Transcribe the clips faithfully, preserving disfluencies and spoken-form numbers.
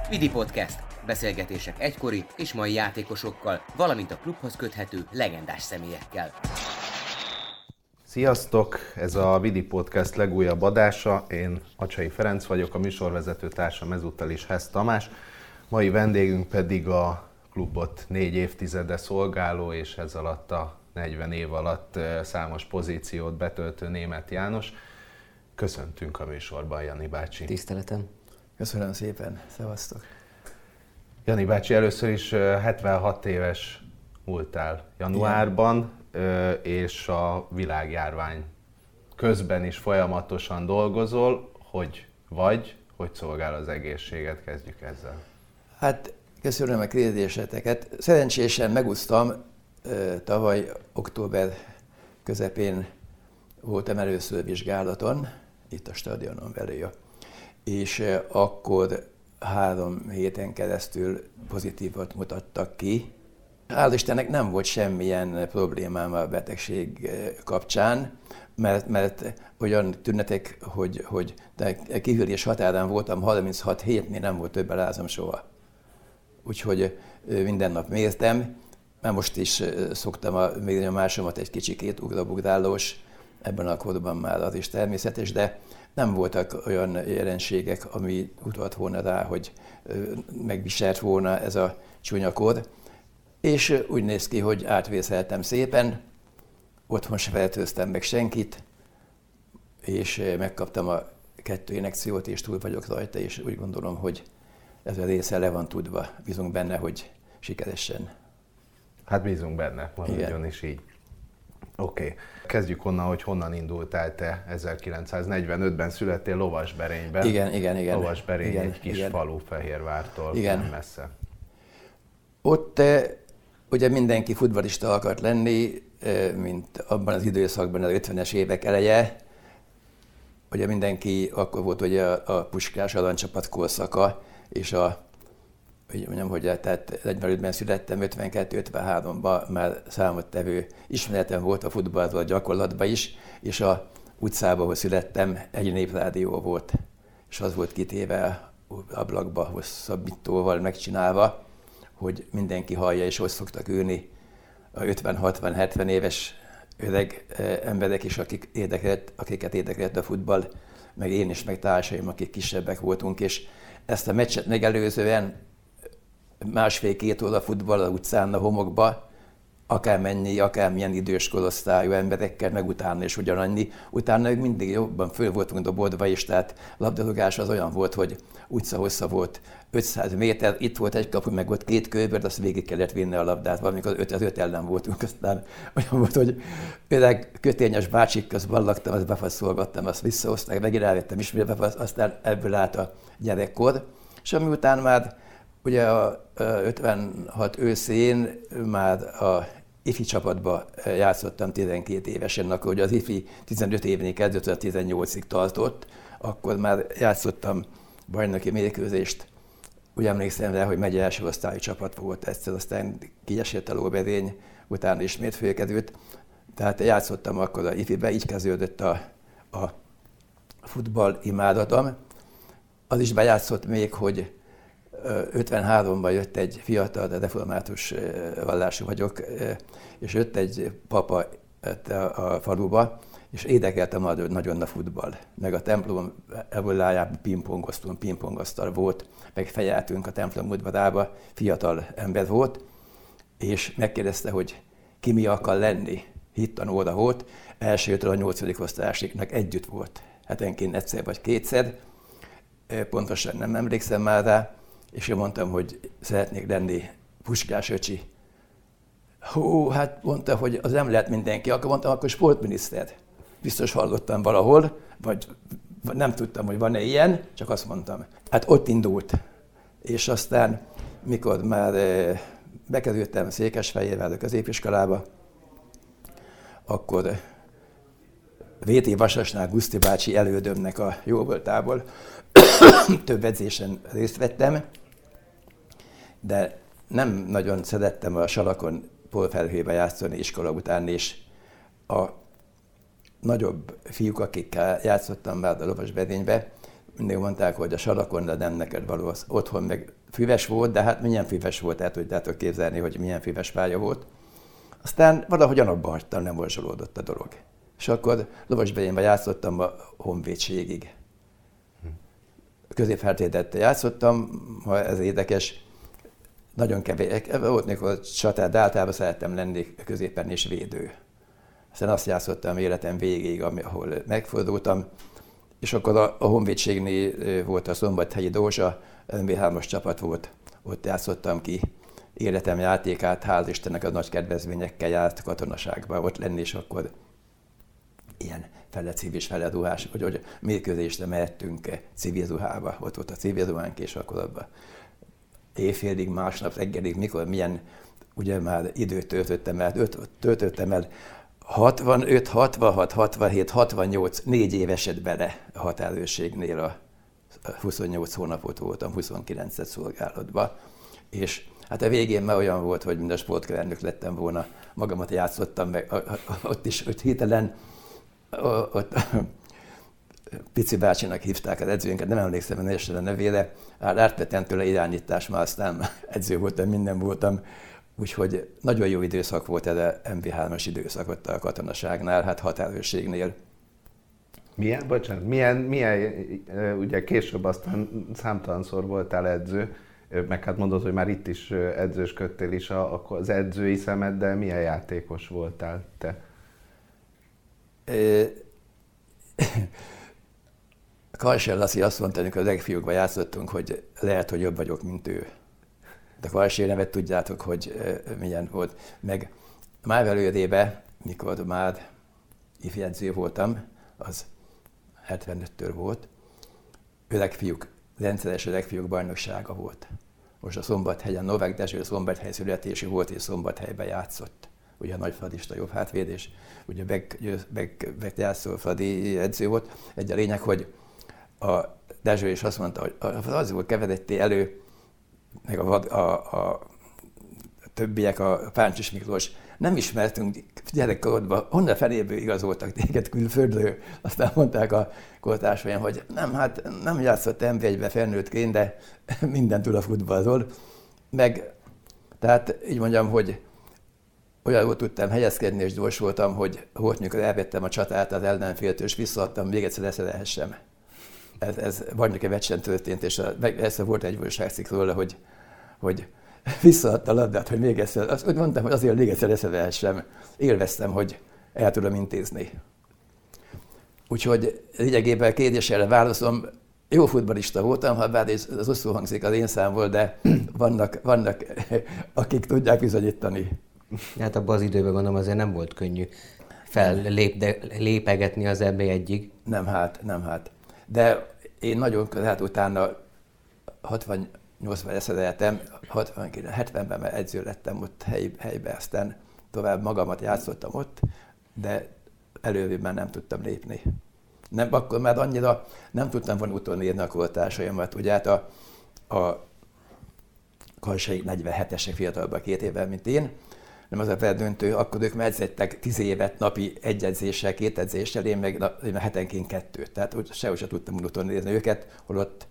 Vidi Podcast. Beszélgetések egykori és mai játékosokkal, valamint a klubhoz köthető legendás személyekkel. Sziasztok! Ez a Vidi Podcast legújabb adása. Én Acsai Ferenc vagyok, a műsorvezető társam ezúttal is Hess Tamás. Mai vendégünk pedig a klubot négy évtizede szolgáló és ez alatt a negyven év alatt számos pozíciót betöltő Németh János. Köszöntünk a műsorban, Jani bácsi. Tiszteletem. Köszönöm szépen, szevasztok. Jani bácsi, először is hetvenhat éves voltál januárban, igen. És a világjárvány közben is folyamatosan dolgozol. Hogy vagy, hogy szolgál az egészséget? Kezdjük ezzel. Hát köszönöm a kérdéseteket. Szerencsésen megúsztam, tavaly október közepén voltam először vizsgálaton, itt a stadionon belül, és akkor három héten keresztül pozitívat mutattak ki. Hál' Istennek nem volt semmilyen problémám a betegség kapcsán, mert, mert olyan tünetek, hogy, hogy kihűlés határán voltam, harminchat hétnél nem volt több lázam soha. Úgyhogy minden nap mértem, már most is szoktam a mérnyomásomat egy kicsikét ugrabugrálós, ebben a korban már az is természetes, de nem voltak olyan jelenségek, ami utalt volna rá, hogy megviselt volna ez a csúnya kor. És úgy néz ki, hogy átvészeltem szépen, otthon se fertőztem meg senkit, és megkaptam a kettő injekciót, és túl vagyok rajta, és úgy gondolom, hogy ez a része le van tudva. Bízunk benne, hogy sikeresen. Hát bízunk benne, maradjon is így. Oké. Okay. Kezdjük onnan, hogy honnan indultál te. ezerkilencszáznegyvenötben születtél Lovasberényben. Igen, igen, igen. Lovasberény igen, egy kis igen. falu Fehérvártól, igen. nem messze. Ott ugye mindenki futballista akart lenni, mint abban az időszakban, az ötvenes évek eleje. Ugye mindenki, akkor volt ugye a, a Puskás aranycsapat korszaka, és a hogy mondjam, hogy tehát negyvenötben születtem, ötvenkettő ötvenháromban már számottevő ismeretem volt a futballról, a gyakorlatban is, és a utcában, ahol születtem, egy néprádió volt, és az volt kitéve ablakba, hosszabbítóval megcsinálva, hogy mindenki hallja, és ott szoktak ülni a ötven-hatvan-hetven éves öreg emberek is, akik érdekelt, akiket érdekelt a futball, meg én is, meg társaim, akik kisebbek voltunk, és ezt a meccset megelőzően másfél-két óra futball az utcán, a homokba, akármennyi, akármilyen idős korosztályú emberekkel, meg utána is ugyanannyi. Utána mindig jobban föl voltunk dobodva is, tehát labdarúgás az olyan volt, hogy utca hossza volt ötszáz méter, itt volt egy kapu, meg ott két kőből, azt végig kellett vinni a labdát, valamikor öt az öt ellen voltunk, aztán olyan volt, hogy öreg kötényes bácsik, azt ballagtam, azt befaszolgattam, azt visszahozták, megint elvettem ismét befasz, aztán ebből állt a gyerekkor. És ami után már ugye a ötvenhat őszén már a ifi csapatba játszottam tizenkét évesen, akkor ugye az ifi tizenöt évnél kezdett, a tizennyolcig tartott, akkor már játszottam bajnoki mérkőzést. Úgy emlékszem rá, hogy megye első osztályú csapat volt egyszer, aztán kiesett a Lóberény, utána ismét fölkerült. Tehát játszottam akkor a ifibe, így kezdődött a, a futball imádatom. Az is bejátszott még, hogy ötvenháromban jött egy fiatal, de református vallású vagyok, és jött egy papa a faluba, és érdekelte nagyon a futball. Meg a templom evollájában pingpongoztunk, pingpongasztal volt, meg fejeltünk a templom udvarába, fiatal ember volt, és megkérdezte, hogy ki mi akar lenni. Hittanóra volt, elsőtől a nyolcadik osztályosiknak együtt volt. Hetenként egyszer vagy kétszer, pontosan nem emlékszem már rá, és én mondtam, hogy szeretnék lenni Puskás öcsi. Hú, hát mondta, hogy az nem lehet mindenki, akkor mondtam, akkor sportminiszter. Biztos hallottam valahol, vagy nem tudtam, hogy van-e ilyen, csak azt mondtam. Hát ott indult. És aztán, mikor már bekerültem Székesfehérvárra a középiskolába, akkor vé té Vasasnál Guszti bácsi elődömnek a jóvoltából több edzésen részt vettem, de nem nagyon szerettem a salakon polfelhőbe játszani iskola után, és a nagyobb fiúk, akikkel játszottam már a Lovasberénybe, mindig mondták, hogy a sarakon, de nem neked való, az otthon meg füves volt, de hát milyen füves volt, el tudjátok képzelni, hogy milyen füves pálya volt. Aztán valahogy abba hagytam, nem morzsolódott a dolog. És akkor Lovasbegyénben játszottam a honvédségig. Középfeltétettel játszottam, ha ez érdekes, nagyon kevés, volt mikor csatár, de általában szerettem lenni középen és védő. Aztán azt játszottam életem végéig, ahol megfordultam, és akkor a, a honvédségnél volt a Szombathelyi Dózsa, em bé hármas csapat volt, ott játszottam ki életem játékát, hál' Istennek a nagy kedvezményekkel járt katonaságban ott lenni, és akkor ilyen fele civil, fele ruhás, hogy, hogy mérkőzésre mehettünk civil ruhába, ott volt a civil ruhánk, és akkor abban éjfélig, másnap reggelig, mikor, milyen, ugye már időt töltöttem el, töltöttem el, hatvanöt, hatvanhat, hatvanhét, hatvannyolc, négy év esett bele a határőrségnél, a huszonnyolc hónapot voltam, huszonkilencet szolgálatban, és hát a végén már olyan volt, hogy mind a sportkerelnök lettem volna, magamat játszottam meg, ott is, ott hirtelen, ott Pici bácsinak hívták az edzőinket, nem emlékszem a nevére, átvettem tőle irányítás, már aztán edző voltam, minden voltam, úgyhogy nagyon jó időszak volt ez a em bé hármas időszak ott a katonaságnál, hát határőrségnél. Milyen, bocsánat, milyen, milyen, ugye később aztán számtalanszor voltál edző, meg hát mondod, hogy már itt is edzősködtél is az edzői szemeddel, milyen játékos voltál te? Karsel Laci azt mondta, amikor a legfiúkban játszottunk, hogy lehet, hogy jobb vagyok, mint ő. De Karsel nevet tudjátok, hogy milyen volt. Meg már előrébe, mikor már ifjegyző voltam, az hetvenöttől volt, öregfiúk, rendszeres öregfiúk bajnoksága volt. Most a Szombathegyen, Novák Dezső Szombathely születésű volt, és Szombathelyben játszott. Ugye a nagyfradista jobb hátvédés, ugye Beck Fradi edző volt. Egy a lényeg, hogy a Dezső is azt mondta, hogy az volt keveredté elő, meg a, a, a, a többiek, a Páncsis Miklós, nem ismertünk gyerekkorodban, honnan feléből igazoltak téged külföldről. Aztán mondták a kortársaim, hogy nem, hát nem játszott em bé egyben felnőttként, de mindent tud a futballról. Meg, tehát így mondjam, hogy olyan jól tudtam helyezkedni, és gyors voltam, hogy volt, mikor elvettem a csatát az ellenféltől, és visszaadtam, még egyszer leszerelhessem. Ez, ez bajnoki meccsen történt, és ezt volt egy újságcikk róla, hogy, hogy visszaadta a labdát, hogy még egyszer, azt úgy mondtam, hogy azért még egyszer leszerelhessem. Élveztem, hogy el tudom intézni. Úgyhogy lényegében kérdésre válaszom, jó futballista voltam, ha bár az rosszul hangzik az én számból, de vannak, vannak akik tudják bizonyítani. Hát abban az időben gondolom azért nem volt könnyű fellépegetni az em bé egyig. Nem hát, nem hát. De én nagyon, hát utána hatvannyolcban leszereltem, hetvenben már edző lettem ott hely, helyben, aztán tovább magamat játszottam ott, de előbb már nem tudtam lépni. Nem, akkor már annyira nem tudtam volna utolérni a kortársaimat. Ugye hát a, a Karsai negyvenhetesek fiatalban két évvel, mint én, nem az a feldöntő, akkor ők már edzettek tíz évet napi egy edzéssel, két edzéssel, én meg, na, én meg hetenként kettőt. Tehát úgy, sehogy sem tudtam utolérni őket, holott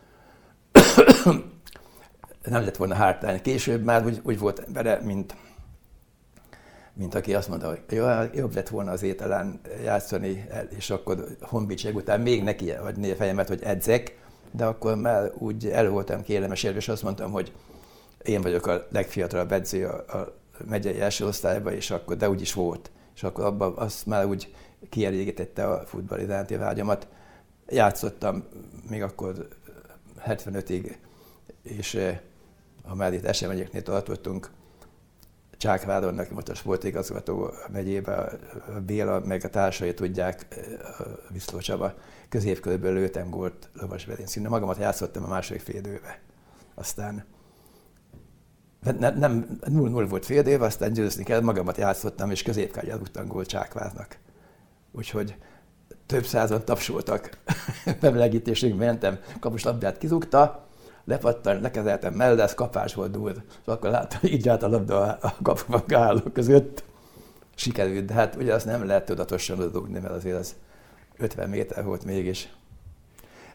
nem lett volna hátrány. Később már úgy, úgy volt vele, mint, mint aki azt mondta, hogy jó, jobb lett volna az ételen játszani, és akkor honvédség után még neki adni a fejemet, hogy edzek, de akkor már úgy el voltam kényelmesedve, és azt mondtam, hogy én vagyok a legfiatalabb edző a, a megyei első osztályban, és akkor, de úgy is volt. És akkor abban azt már úgy kielégítette a futball iránti vágyamat. Játszottam még akkor hetvenötig, és ha már itt eseményeknél tartottunk, Csákváronnak volt a sportigazgató a megyében, a Béla, meg a társai tudják, Viszló Csaba, középkörülbelül lőttem gólt Lovasbedén színű. Magamat játszottam a második fél időbe. Aztán nem, nem null null volt fél év, aztán győzni kell, magamat játszottam, és középkártyát rúgtam gólt Csákvárnak. Úgyhogy több százan tapsoltak, bemelegítésig mentem, kapuslabdát kirúgta, lepattan, lekezeltem mellé, ez kapás volt dur. És akkor láttam, hogy így állt a labda a kapuban állók között. Sikerült, de hát ugye azt nem lehet tudatosan rúgni, mert azért az ötven méter volt mégis.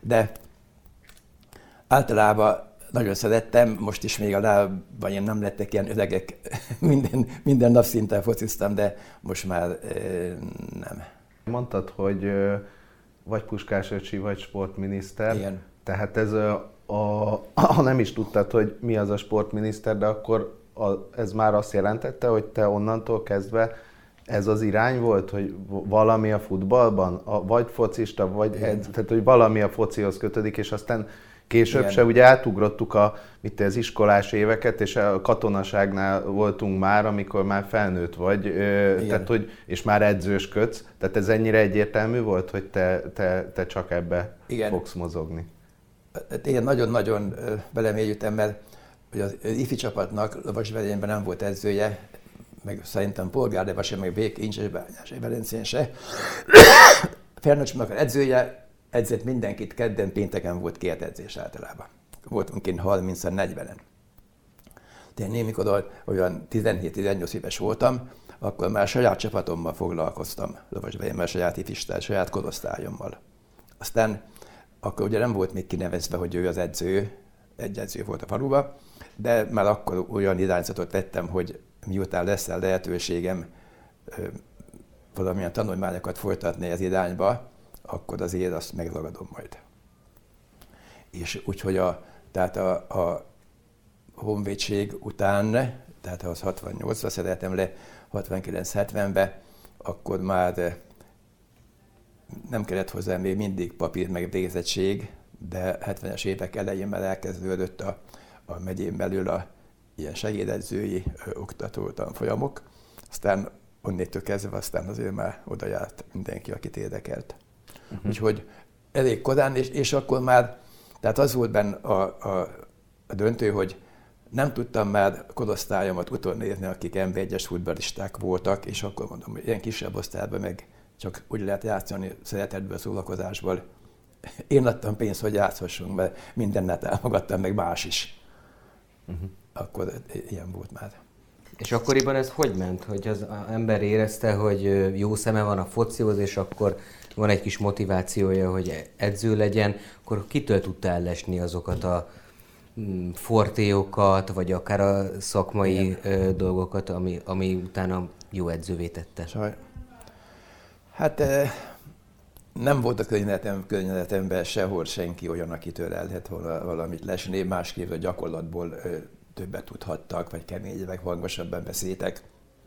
De általában nagyon szerettem, most is még a lábban én nem lettek ilyen öregek, minden, minden nap szinte fociztam, de most már nem. Mondtad, hogy vagy Puskás öcsi, vagy sportminiszter. Igen. Tehát ez a, a, ha nem is tudtad, hogy mi az a sportminiszter, de akkor a, ez már azt jelentette, hogy te onnantól kezdve ez az irány volt, hogy valami a futballban, a, vagy focista, vagy edz, tehát hogy valami a focihoz kötődik, és aztán később igen. se ugye átugrottuk a, mit az iskolás éveket, és a katonaságnál voltunk már, amikor már felnőtt vagy, ö, tehát, hogy, és már edzősködsz. Tehát ez ennyire egyértelmű volt, hogy te, te, te csak ebbe igen. fogsz mozogni? Én nagyon-nagyon belemélyültem, mert az ifi csapatnak Lovasverényben nem volt edzője, meg szerintem Polgár se, meg Bék Incses Bányás, Velencén se. Felnőtt csapatnak edzője, edzett mindenkit, kedden, pénteken volt két edzés általában. Voltunk kint harmincan, negyvenen. De én némikor olyan tizenhét-tizennyolc éves voltam, akkor már saját csapatommal foglalkoztam, Lovasverényben, saját ifistál, saját korosztályommal. Aztán akkor ugye nem volt még kinevezve, hogy ő az edző, egy edző volt a faluba, de már akkor olyan irányzatot vettem, hogy miután lesz el lehetőségem valamilyen tanulmányokat folytatni az irányba, akkor azért azt megragadom majd. És úgyhogy a, tehát a, a honvédség után, tehát az hatvannyolcra szeretem le, hatvankilenc-hetvenbe, akkor már nem kellett hozzá még mindig papír meg végzettség, de hetvenes évek elején már elkezdődött a, a megyén belül a ilyen segédedzői oktató tanfolyamok. Aztán onnétől kezdve aztán azért már oda járt mindenki, akit érdekelt. Uh-huh. Úgyhogy elég korán, és, és akkor már, tehát az volt benne a, a, a döntő, hogy nem tudtam már korosztályomat utolnézni, akik em bé egyes futballisták voltak, és akkor mondom, hogy ilyen kisebb osztályban meg csak úgy lehet játszani szeretetből, szórakozásból. Én adtam pénzt, hogy játszhassunk, mert mindennel támogattam, meg más is. Uh-huh. Akkor ilyen volt már. És akkoriban ez hogy ment? Hogy az ember érezte, hogy jó szeme van a focihoz, és akkor van egy kis motivációja, hogy edző legyen, akkor kitől tudta ellesni azokat a fortéokat, vagy akár a szakmai igen. dolgokat, ami, ami utána jó edzővé tette? Saj. Hát nem volt a környezetem, környezetemben sehol senki olyan, akitől el lehet volna valamit lesni, másképp a gyakorlatból többet tudhattak, vagy keményebbek, hangosabban beszéltek.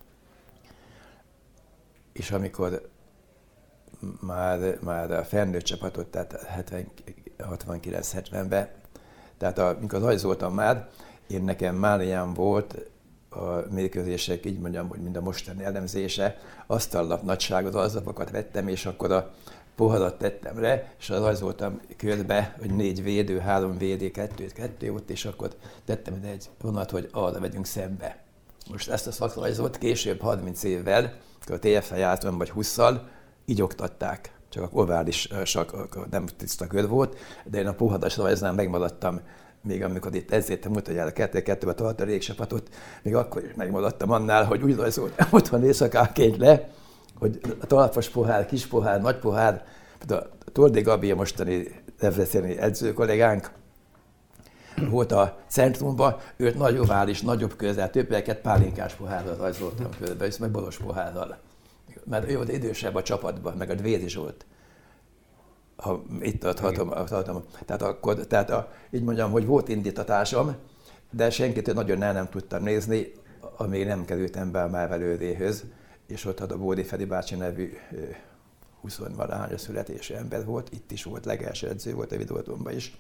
És amikor már, már a felnőtt csapatot, tehát hatvankilenc-hetvenben, tehát amikor rajzoltam már, én nekem mániám volt a mérkőzések, így mondjam, hogy mind a mostani elemzése, asztallap nagyságú rajzlapokat vettem, és akkor a poharat tettem le, és rajzoltam körbe, hogy négy védő, három védő, kettőt, kettő ott, és akkor tettem ide egy vonat, hogy arra vegyünk szembe. Most ezt a szakrajzot később, harminc évvel, akkor a té ef-re jártam, vagy hússzal, így oktatták. Csak a ovális sak, nem tiszta kör volt, de én a poharas rajznál megmaradtam, még amikor itt ezért mutatjára kettő-kettőbe a tartalékcsapatot, még akkor is megmaradtam annál, hogy úgy rajzoltam otthon éjszakáként le, hogy a talpos pohár, kis pohár, nagy pohár, a Tordé Gabi, a mostani Debreceni edző kollégánk, volt a centrumban, őt nagy ovális, nagyobb közel, többeket pálinkás pohárral rajzoltam körbe, és meg boros pohárral. Mert ő volt idősebb a csapatban, meg a Dvéri Zsolt. Ha itt tartom, tartom. Tehát, akkor, tehát a, így mondjam, hogy volt indítatásom, de senkitől nagyon el nem tudtam nézni, amíg nem kerültem be a Márvelődéhöz, és ott a Bódi Feri bácsi nevű huszonvalahány születésű ember volt, itt is volt, legelső edző volt a Videótonban is.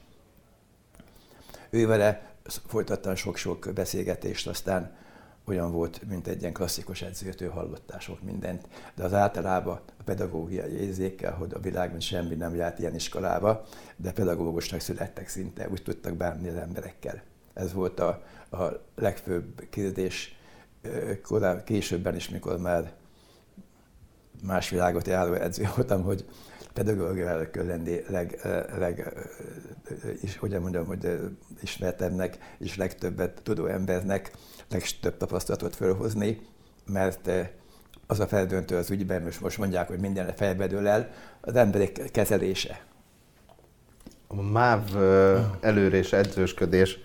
Ő vele folytattam sok-sok beszélgetést, aztán olyan volt, mint egy ilyen klasszikus edzőtől hallottál sok mindent, de az általában a pedagógiai érzékkel, hogy a világban semmi nem járt ilyen iskolába, de pedagógusnak születtek szinte, úgy tudtak bánni az emberekkel. Ez volt a, a legfőbb kérdés korábban, későbben is, mikor már más világot járó edző voltam, hogy pedagógiára kell lenni leg, leg is, hogyan mondjam, hogy ismertebbnek és legtöbbet tudó embernek, legtöbb tapasztalatot felhozni, mert az a feldöntő az ügyben, most, most mondják, hogy minden fejbe dől el, az emberek kezelése. A MÁV előrés edzősködés,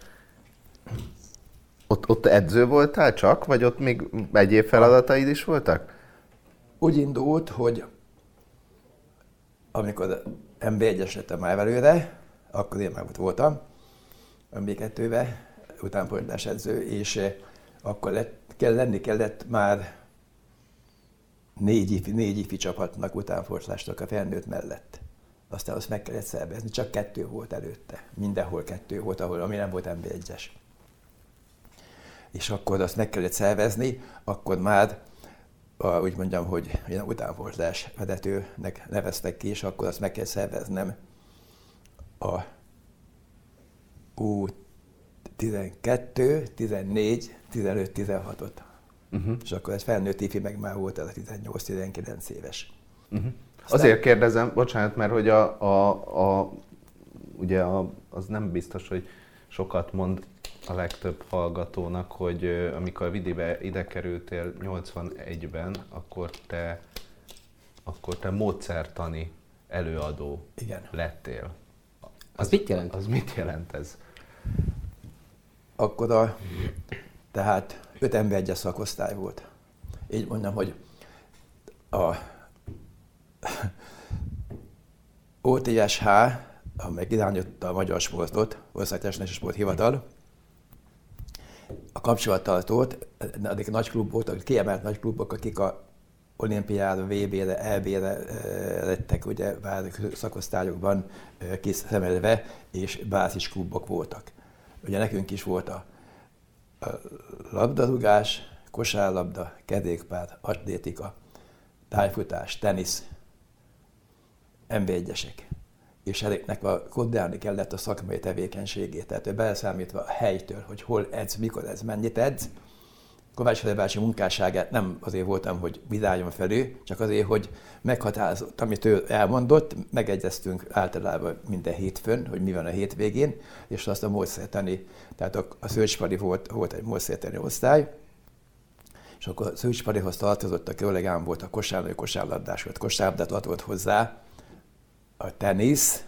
ott, ott edző voltál csak, vagy ott még egyéb feladataid is voltak? Úgy indult, hogy amikor em bé egyes lettem már előre, akkor én már ott voltam, em bé kettőben, utánpótlás edző, és akkor lett, kell, lenni kellett már négy ifi, négy ifi csapatnak utánpótlásnak a felnőtt mellett. Aztán azt meg kellett szervezni, csak kettő volt előtte. Mindenhol kettő volt, ahol, ami nem volt em bé egyes. És akkor azt meg kellett szervezni, akkor már a, úgy mondjam, hogy ilyen utánpótlás vezetőnek neveztek ki, és akkor azt meg kell szerveznem a U tizenkettő, tizennégy, tizenöt, tizenhatot. Uh-huh. És akkor ez felnőtt ifi meg már volt ez a tizennyolc-tizenkilenc éves. Uh-huh. Aztán... Azért kérdezem, bocsánat, mert hogy a, a, a, ugye a, az nem biztos, hogy sokat mond a legtöbb hallgatónak, hogy amikor a Vidibe ide kerültél nyolcvanegyben, akkor te, akkor te módszertani előadó Igen. lettél. Az, az mit jelent? Az mit jelent ez? Akkor a, tehát öt em bé egyes szakosztály volt. Így mondjam, hogy a o té es há, amely irányította a magyar sportot, Országos Testnevelési Sporthivatal, a kapcsolattartót, addig nagy klub voltak, kiemelt nagy klubok, akik a olimpiára, vé bé-re, é bé-re lettek, ugye bár szakosztályokban kiszemelve, és bázisklubok voltak. Ugye nekünk is volt a, a labdarúgás, kosárlabda, kerékpár, atlétika, tájfutás, tenisz, em bé egyesek. És ezeknek a koordinálni kellett a szakmai tevékenységét, tehát beleszámítva a helytől, hogy hol edz, mikor edz, mennyit edz. Kovács Feri bácsi munkásságát nem azért voltam, hogy bíráljon felül, csak azért, hogy meghatározott, amit ő elmondott, megegyeztünk általában minden hétfőn, hogy mi van a hétvégén, és azt a módszertani, tehát a, a Szőcs-Pali volt, volt egy módszertani osztály, és akkor a Szőcs-Palihoz tartozott, a kollégám volt a kosárlabda, kosárlabdás volt, kosárlabdát adott hozzá, a tenisz,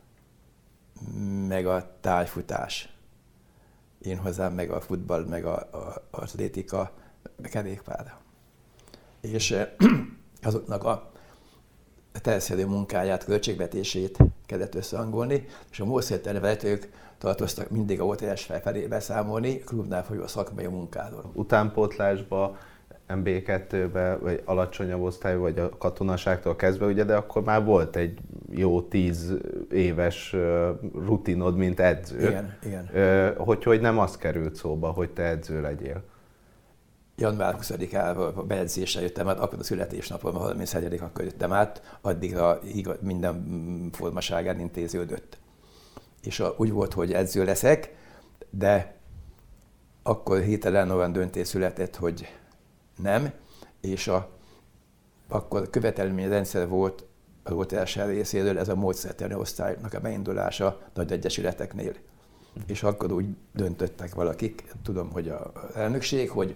meg a tájfutás. Én hozzám meg a futball, meg a, a, a atlétika, a kerékpár. És azoknak a terjeszkedő munkáját, költségvetését kellett összehangolni, és a módszertani vezetők tartoztak mindig a o té es felé beszámolni, klubnál folyó szakmai munkáról. Utánpótlásba, em bé kettőbe, vagy alacsonyabb osztályú, vagy a katonaságtól kezdve, ugye, de akkor már volt egy jó tíz éves rutinod, mint edző. Igen, igen. Hogy, hogy nem az került szóba, hogy te edző legyél? január huszadikával beedzésre jöttem át, akkor a születésnapom, a harmincegyedik akkor jöttem át, addig a, minden formaságán intéződött. És a, úgy volt, hogy edző leszek, de akkor hirtelen olyan döntés született, hogy nem, és a, akkor követelményrendszer volt a o té es részéről, ez a módszertani osztálynak a beindulása nagy egyesületeknél. És akkor úgy döntöttek valakik, tudom, hogy az elnökség, hogy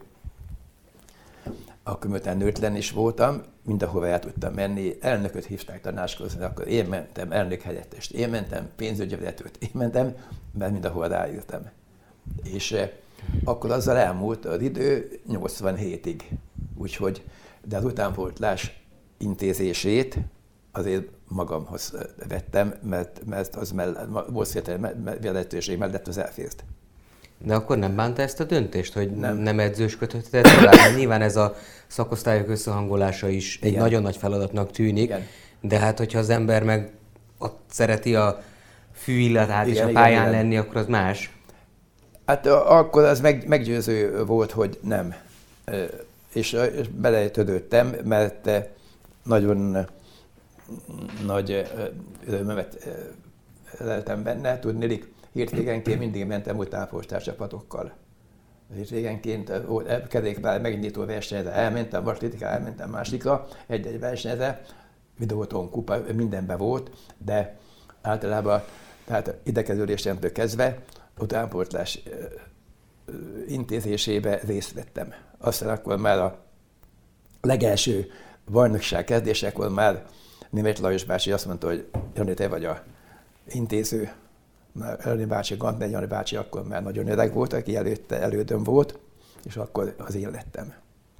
akkor miután nőtlen is voltam, mindenhova el tudtam menni, elnököt hívták tanácskozni, akkor én mentem, elnök helyettest, én mentem, pénzügyi vezetőt, én mentem, mert mindenhova ráírtam. És akkor azzal elmúlt az idő nyolcvanhétig, úgyhogy, de az utánpótlás intézését azért magamhoz vettem, mert, mert az vezetőség mellett az elfért. De akkor nem bánta ezt a döntést, hogy nem, nem edzősködheted tovább? Nyilván ez a szakosztályok összehangolása is egy Igen. nagyon nagy feladatnak tűnik, igen. De hát hogyha az ember meg ott szereti a fűillatát és a pályán igen, lenni, igen. Akkor az más. Hát akkor az meg, meggyőző volt, hogy nem. És, és belejtődöttem, mert nagyon nagy örömömet leltem benne. Tudnélik, hétvégenként mindig mentem utánpótlás csapatokkal. Hétvégenként kerékpár megnyitó versenyre elmentem, atlétika elmentem másikra, egy-egy versenyre, videóton, kupa, mindenben volt, de általában tehát idekezülésemtől kezdve utánpótlás intézésébe részt vettem. Aztán akkor már a legelső bajnokság kezdésekor már Németh Lajos bácsi azt mondta, hogy Jani, te vagy a intéző, Elni bácsi, Gantner Jani bácsi akkor már nagyon öreg volt, aki előtte elődöm volt, és akkor az én lettem.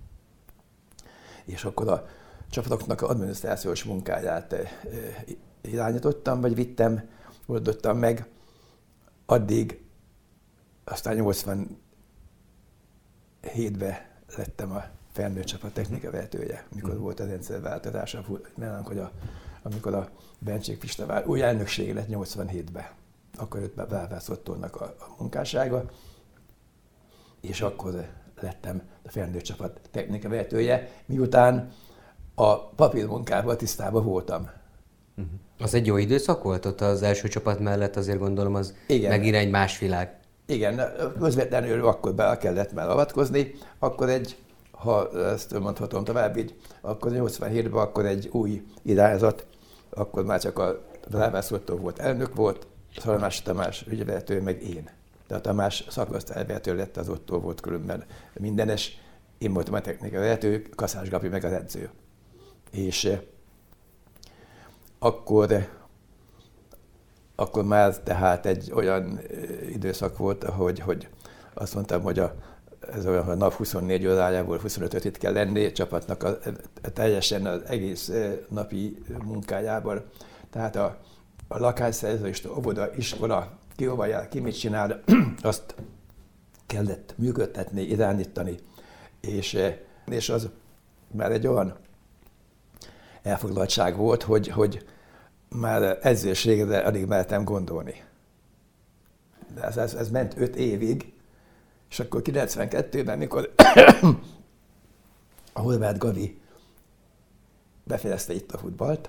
És akkor a csapatoknak adminisztrációs munkáját irányítottam, vagy vittem, oldottam meg, addig aztán nyolcvanhétben lettem a felnőtt csapat technikavezetője, mikor volt a rendszerváltozás, hogy a, amikor a Bencsék Pista új elnökség lett nyolcvanhétben. Akkor jött be Válvász Ottónak a, a munkássága, és akkor lettem a felnőtt csapat technikavezetője, miután a papírmunkával tisztában voltam. Az egy jó időszak volt ott az első csapat mellett, azért gondolom az Igen. megint egy más világ. Igen, közvetlenül akkor be kellett már avatkozni, akkor egy, ha ezt mondhatom tovább így, akkor nyolcvanhétben akkor egy új irányzat, akkor már csak a Válvász Ottó volt elnök volt, Szalmás Tamás ügyvezető, meg én. De a Tamás szakosztályvezető lett, az Ottó volt különben mindenes, én voltam a technikavezető, Kaszás Gabi meg az edző. És eh, akkor, akkor már tehát egy olyan időszak volt, hogy, hogy azt mondtam, hogy a, ez olyan, hogy a nap huszonnégy órájából huszonötöt itt kell lenni, a csapatnak a, a teljesen az egész napi munkájában. Tehát a, a lakásszerzés, óvoda, iskola, ki hova jár, ki mit csinál, azt kellett működtetni, irányítani, és, és az már egy olyan elfoglaltság volt, hogy, hogy már edzőségre alig mertem gondolni. De ez, ez, ez ment öt évig, és akkor kilencvenkettőben, mikor a Horváth Gabi befejezte itt a futballt,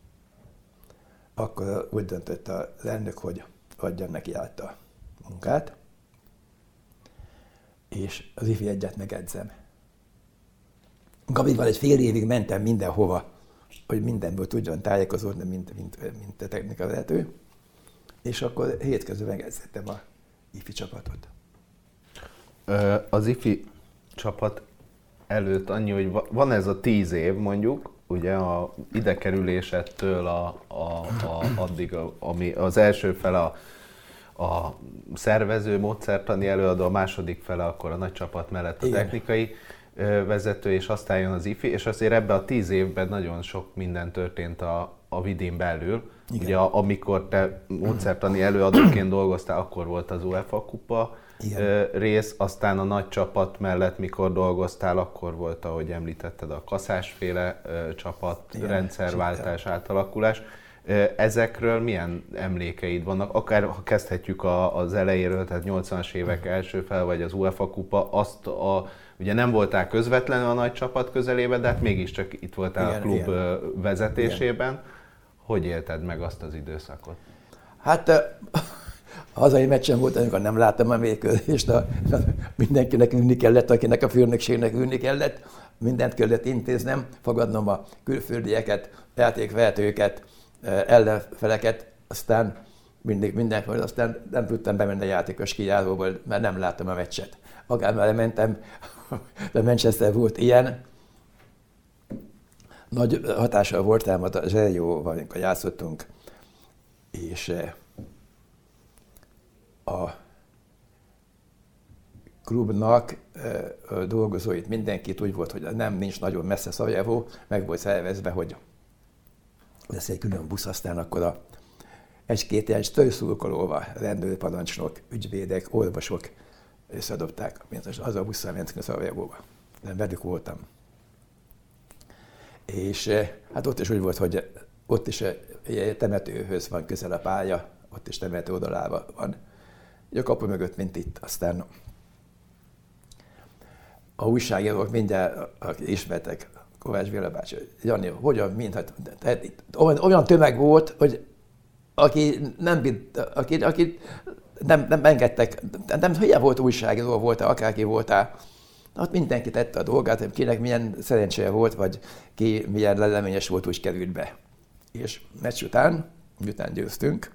akkor úgy döntött az elnök, hogy adjam neki át a munkát, és az ifi egyet megedzem. Gabival egy fél évig mentem mindenhova, hogy mindenből tudjon tájékozódni, mint, mint, mint a technikavezető, és akkor hétközben megedzettem a ifi csapatot. Az ifi csapat előtt annyi, hogy van ez a tíz év mondjuk, ugye a idekerülésettől a, a, a, addig, a, ami az első fele a, a szervező, módszertani előadó, a második fele akkor a nagy csapat mellett a Igen. technikai vezető, és aztán jön az ifi, és azért ebben a tíz évben nagyon sok minden történt a, a vidin belül. Igen. Ugye amikor te módszertani előadóként dolgoztál, akkor volt az UEFA kupa Igen. rész, aztán a nagy csapat mellett, mikor dolgoztál, akkor volt, ahogy említetted, a kaszásféle csapat, Igen. rendszerváltás, Igen. átalakulás. Ezekről milyen emlékeid vannak? Akár ha kezdhetjük a, az elejéről, tehát nyolcvanas évek első fel, vagy az UEFA kupa, azt a, ugye nem voltál közvetlenül a nagy csapat közelében, de hát mégiscsak itt voltál Igen, a klub Igen. vezetésében. Igen. Hogy élted meg azt az időszakot? Hát a hazai meccsen volt, amikor nem láttam a mérkőzést, mindenkinek ülni kellett, akinek a főnökségnek ülni kellett, mindent kellett intéznem, fogadnom a külföldieket, játékvezetőket, ellenfeleket, aztán mindig mindenhol, aztán nem tudtam bemenni a játékos kijáróból, mert nem láttam a meccset. Akármár mentem, de Manchester volt ilyen. Nagy hatással volt ám a Zserióval, amikor játszottunk, és a klubnak a dolgozóit, mindenkit úgy volt, hogy nem nincs nagyon messze Szarajevó, meg volt szervezve, hogy lesz egy külön busz, aztán akkor a egy-két ilyen tőszurkolóval, rendőrparancsnok, ügyvédek, orvosok összedobták, az a busszal mentünk a Szarajevóba. De velük voltam. És hát ott is úgy volt, hogy ott is egy temetőhöz van közel a pálya, ott is temető oldalában van. A kapu mögött, mint itt. Aztán a újságírók mindjárt, akik ismertek, Kovács Béla bácsi, Jani, hogyan, mint, hát, tehát itt olyan, olyan tömeg volt, hogy aki nem, aki, aki nem, nem engedtek, nem hülye volt újságíró voltál, akárki voltál, ott mindenki tette a dolgát, kinek milyen szerencséje volt, vagy ki milyen leleményes volt, úgy került be. És meccs után, miután győztünk,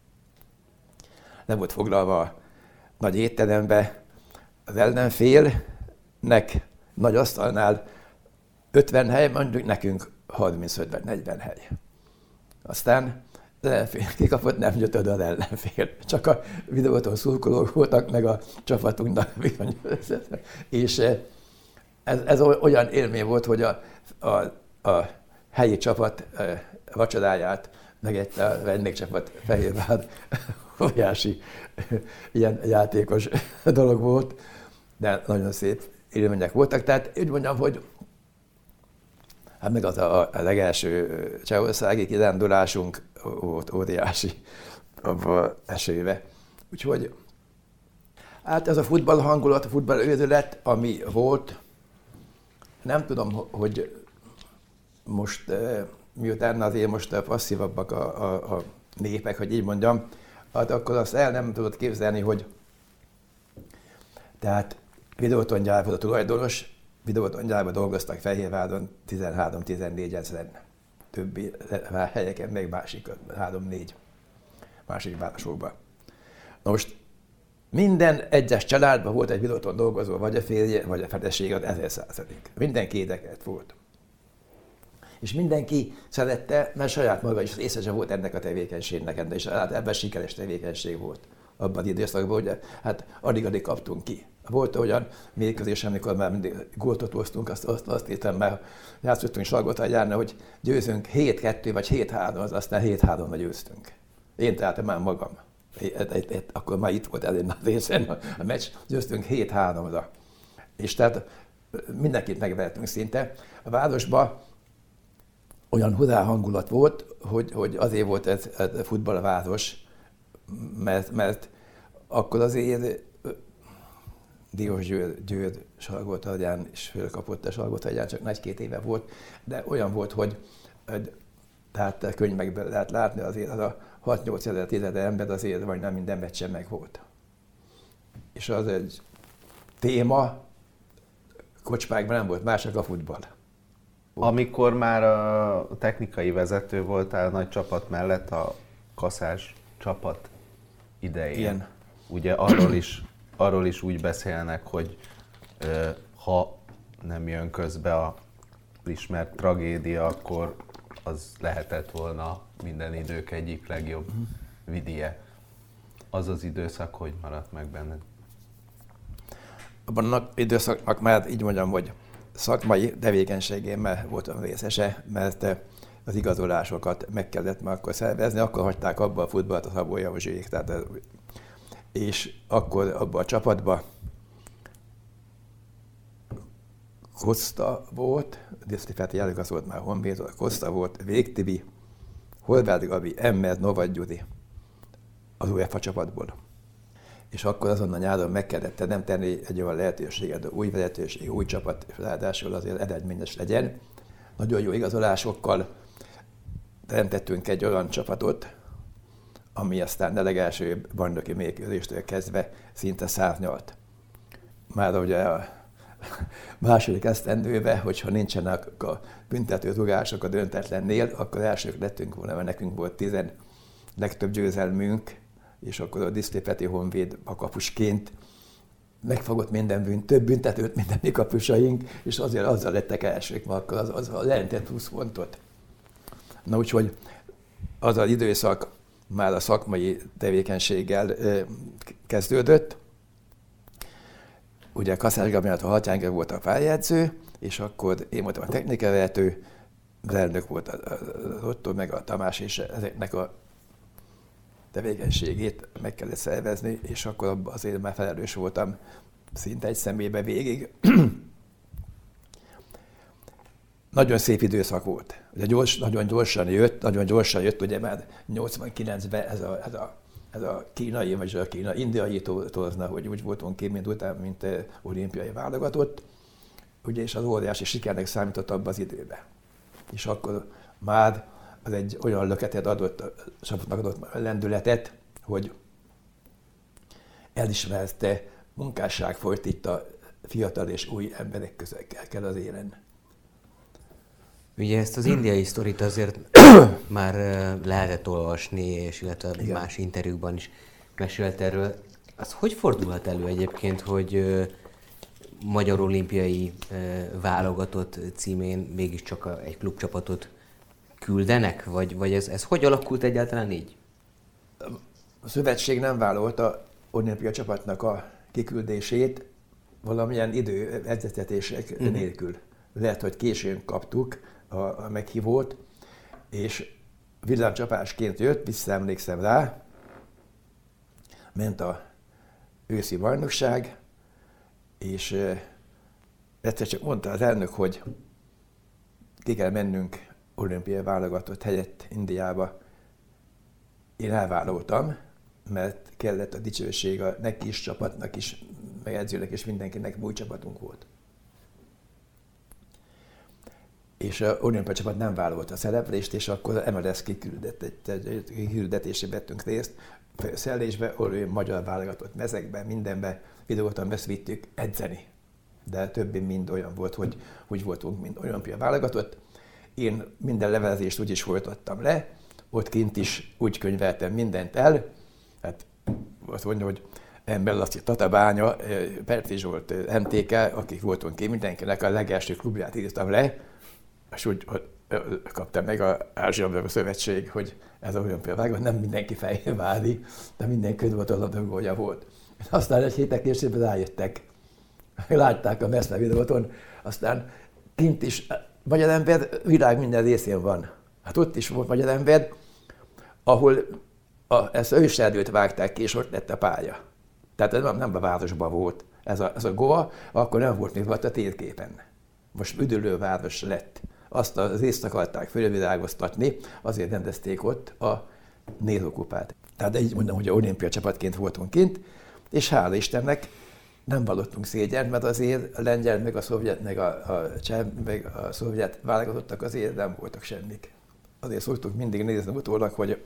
le volt foglalva a nagy étterembe az ellenfélnek nagy asztalnál ötven hely, mondjuk nekünk harmincöt vagy negyven hely. Aztán ellenfél kikapott, nem jött oda az ellenfél. Csak a videóton szurkolók voltak, meg a csapatunknak bizony. És ez, ez olyan élmény volt, hogy a, a, a helyi csapat vacsoráját megette a vendégcsapat Fehérvár. Óriási ilyen játékos dolog volt, de nagyon szép élmények voltak. Tehát úgy mondjam, hogy hát meg az a, a legelső csehországi kirándulásunk volt óriási abban esőbe. Úgyhogy hát ez a futball hangulat, a futball őrület, ami volt, nem tudom, hogy most miután azért most passzívabbak a, a, a népek, hogy így mondjam, hát akkor azt el nem tudod képzelni, hogy tehát videótongyár volt a tulajdonos, videótongyárban dolgoztak Fehérváron tizenhárom-tizennégy ezeren, többi helyeken, meg másik, három-négy másik városokban. Na most minden egyes családban volt egy videóton dolgozó, vagy a férje, vagy a felesége, az ezer százalék. Mindenki érdekelt volt. És mindenki szerette, mert saját maga is észre volt ennek a tevékenységnek, és hát ebben sikeres tevékenység volt abban az időszakban, hogy hát addig-addig kaptunk ki. Volt olyan mérkőzés, amikor már mindig góltot hoztunk, azt, azt, azt értem, mert játszottunk Salgótarján, hogy győzünk hét kettő vagy hét három, az aztán hét három győztünk. Én találtam már magam. Akkor már itt volt elég nagy részen a meccs, győztünk hét háromra. És tehát mindenkit megvertünk szinte. A városban olyan hurrá hangulat volt, hogy, hogy azért volt ez, ez a futballváros, mert, mert akkor azért Diós Győr, Győr Salgótarján is fölkapott, a Salgótarján csak nagy-két éve volt, de olyan volt, hogy tehát könyvekben lehet látni, azért az a hat-nyolc ezer, tíz ezer ember azért majdnem minden meccsen meg volt. És az egy téma, kocsmákban nem volt más, csak a futball. Amikor már a technikai vezető voltál a nagy csapat mellett, a kaszás csapat idején, igen. Ugye arról is, arról is úgy beszélnek, hogy ö, ha nem jön közbe a ismert tragédia, akkor az lehetett volna minden idők egyik legjobb vidie. Az az időszak, hogy maradt meg benned? Abban az időszaknak már így mondjam, hogy szakmai tevékenységemmel voltam részese, mert az igazolásokat meg kellett már akkor szervezni, akkor hagyták abba a futballt a Szabó Józsiék. Tehát, és akkor abban a csapatban Koszta volt, Disztifáti előgazolt már Honvéd, Koszta volt, Végtibi, Horváth Gabi, Emmer, Novak Gyuri az UEFA csapatból. És akkor azonnal nyáron meg kellett nem tenni egy olyan lehetőséget, új lehetőség, új csapat, ráadásul azért eredményes legyen. Nagyon jó igazolásokkal teremtettünk egy olyan csapatot, ami aztán a legelső bajnoki mérkőzéstől kezdve szinte szárnyalt. Már ugye a második esztendőben, hogyha nincsenek a büntető rugások a döntetlennél, akkor elsők lettünk volna, mert nekünk volt tizen legtöbb győzelmünk, és akkor a Disztépeti Honvéd a kapusként megfogott minden bűnt, több büntetőt, mint a mi kapusaink, és azért azzal lettek elsők, mert akkor az, az jelentett plusz pontot. Na úgyhogy az az időszak már a szakmai tevékenységgel ö, kezdődött. Ugye Kaszás Gabi, a Hatyánka volt a pályázó, és akkor én voltam a technikavezető, az elnök volt az Otto, meg a Tamás, és ezeknek a tevékenységét meg kellett szervezni, és akkor abban azért már felelős voltam szinte egy személybe végig. Nagyon szép időszak volt. Ugye gyors, nagyon gyorsan jött, nagyon gyorsan jött, ugye már nyolcvankilencben ez a, ez a, ez a kínai, vagy a kína, indiai torna, hogy úgy voltunk ki, mint után, mint olimpiai válogatott, ugye, és az óriási sikernek számított abban az időben. És akkor már az egy olyan löketet adott, a csapatnak adott lendületet, hogy elismerte, munkásság folyt itt a fiatal és új emberek között kell az élen. Ugye ezt az indiai sztorit azért már lehetett olvasni, és illetve igen, más interjúkban is mesélt erről. Az hogy fordulhat elő egyébként, hogy magyar olimpiai válogatott címén mégiscsak egy klubcsapatot küldenek? Vagy, vagy ez, ez hogy alakult egyáltalán így? A szövetség nem vállalta olimpia csapatnak a kiküldését valamilyen idő egyeztetések uh-huh. nélkül. Lehet, hogy későn kaptuk a, a meghívót, és villámcsapásként jött, visszaemlékszem rá, ment a őszi bajnokság, és uh, egyszer csak mondta az elnök, hogy ki kell mennünk olimpiai válogatott helyett Indiába. Én elvállaltam, mert kellett a dicsőség a neki is, csapatnak is, meg edzőnek és mindenkinek, új csapatunk volt. És az olimpiai csapat nem vállalta a szereplést, és akkor em el es kiküldetésében vettünk részt, szellésbe, magyar válogatott mezekben, mindenben videóton beszvittük edzeni. De többi mind olyan volt, hogy úgy voltunk, mint olimpia válogatott. Én minden levelezést úgy is folytattam le, ott kint is úgy könyveltem mindent el. Hát azt mondja, hogy ember Laci Tatabánya, Perti Zsolt em té ká, akik voltunk ki, mindenkinek a legelső klubját írtam le, és úgy kaptam meg az Ázsia Szövetség, hogy ez a olimpia válogatott, nem mindenki fején váli, de mindenki volt a labdarúgója volt. Aztán egy héttel később rájöttek. Látták a Meszme videóton, aztán kint is magyar ember világ minden részén van. Hát ott is volt magyar ember, ahol a, ezt őserdőt vágták ki, és ott lett a pálya. Tehát ez nem, nem a városban volt. Ez a, ez a Goa, akkor nem volt még volt a térképen. Most üdülőváros lett. Azt az részt akarták fölvilágoztatni, azért rendezték ott a nézőkupát. Tehát így mondom, hogy olimpia csapatként voltunk kint, és hála Istennek nem vallottunk szégyent, mert azért a lengyel, meg a szovjet, meg a, a cseh, meg a szovjet válogatottak azért nem voltak semmik. Azért szoktuk mindig nézni utólag, hogy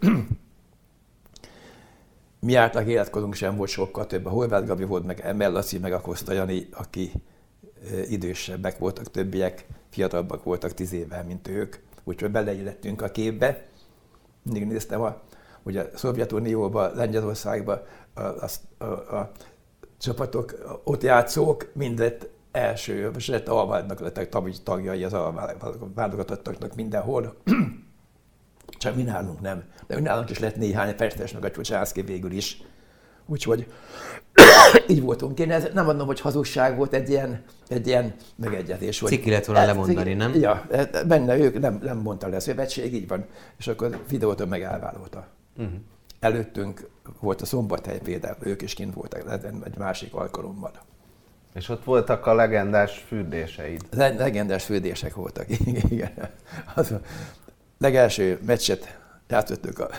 mi átlag életkorunk sem volt sokkal több. A Horváth Gabi volt, meg Emel Laci, meg a Koszta Jani, aki idősebbek voltak, többiek fiatalabbak voltak tíz évvel, mint ők. Úgyhogy beleillettünk a képbe. Mindig néztem, a, hogy a Szovjetunióban, Lengyelországban a, a, a, a csapatok, ott játszók mindent első, most lett alváltnak lettek tagjai az alválogatottaknak mindenhol. Csak mi nálunk nem. De mi nálunk is lett néhány Festes, meg a Csucsászki végül is. Úgyhogy így voltunk. Én ez, nem mondom, hogy hazugság volt, egy ilyen, egy ilyen megegyezés. Ciki lett volna lemondani, nem? Ja, benne ők nem, nem mondta le a szövetség, így van. És akkor videóton meg elvállalta. Uh-huh. Előttünk volt a Szombathely például, ők is kint voltak egy másik alkalommal. És ott voltak a legendás fürdéseid. Legendás fürdések voltak, igen. Az a legelső meccset játszottuk a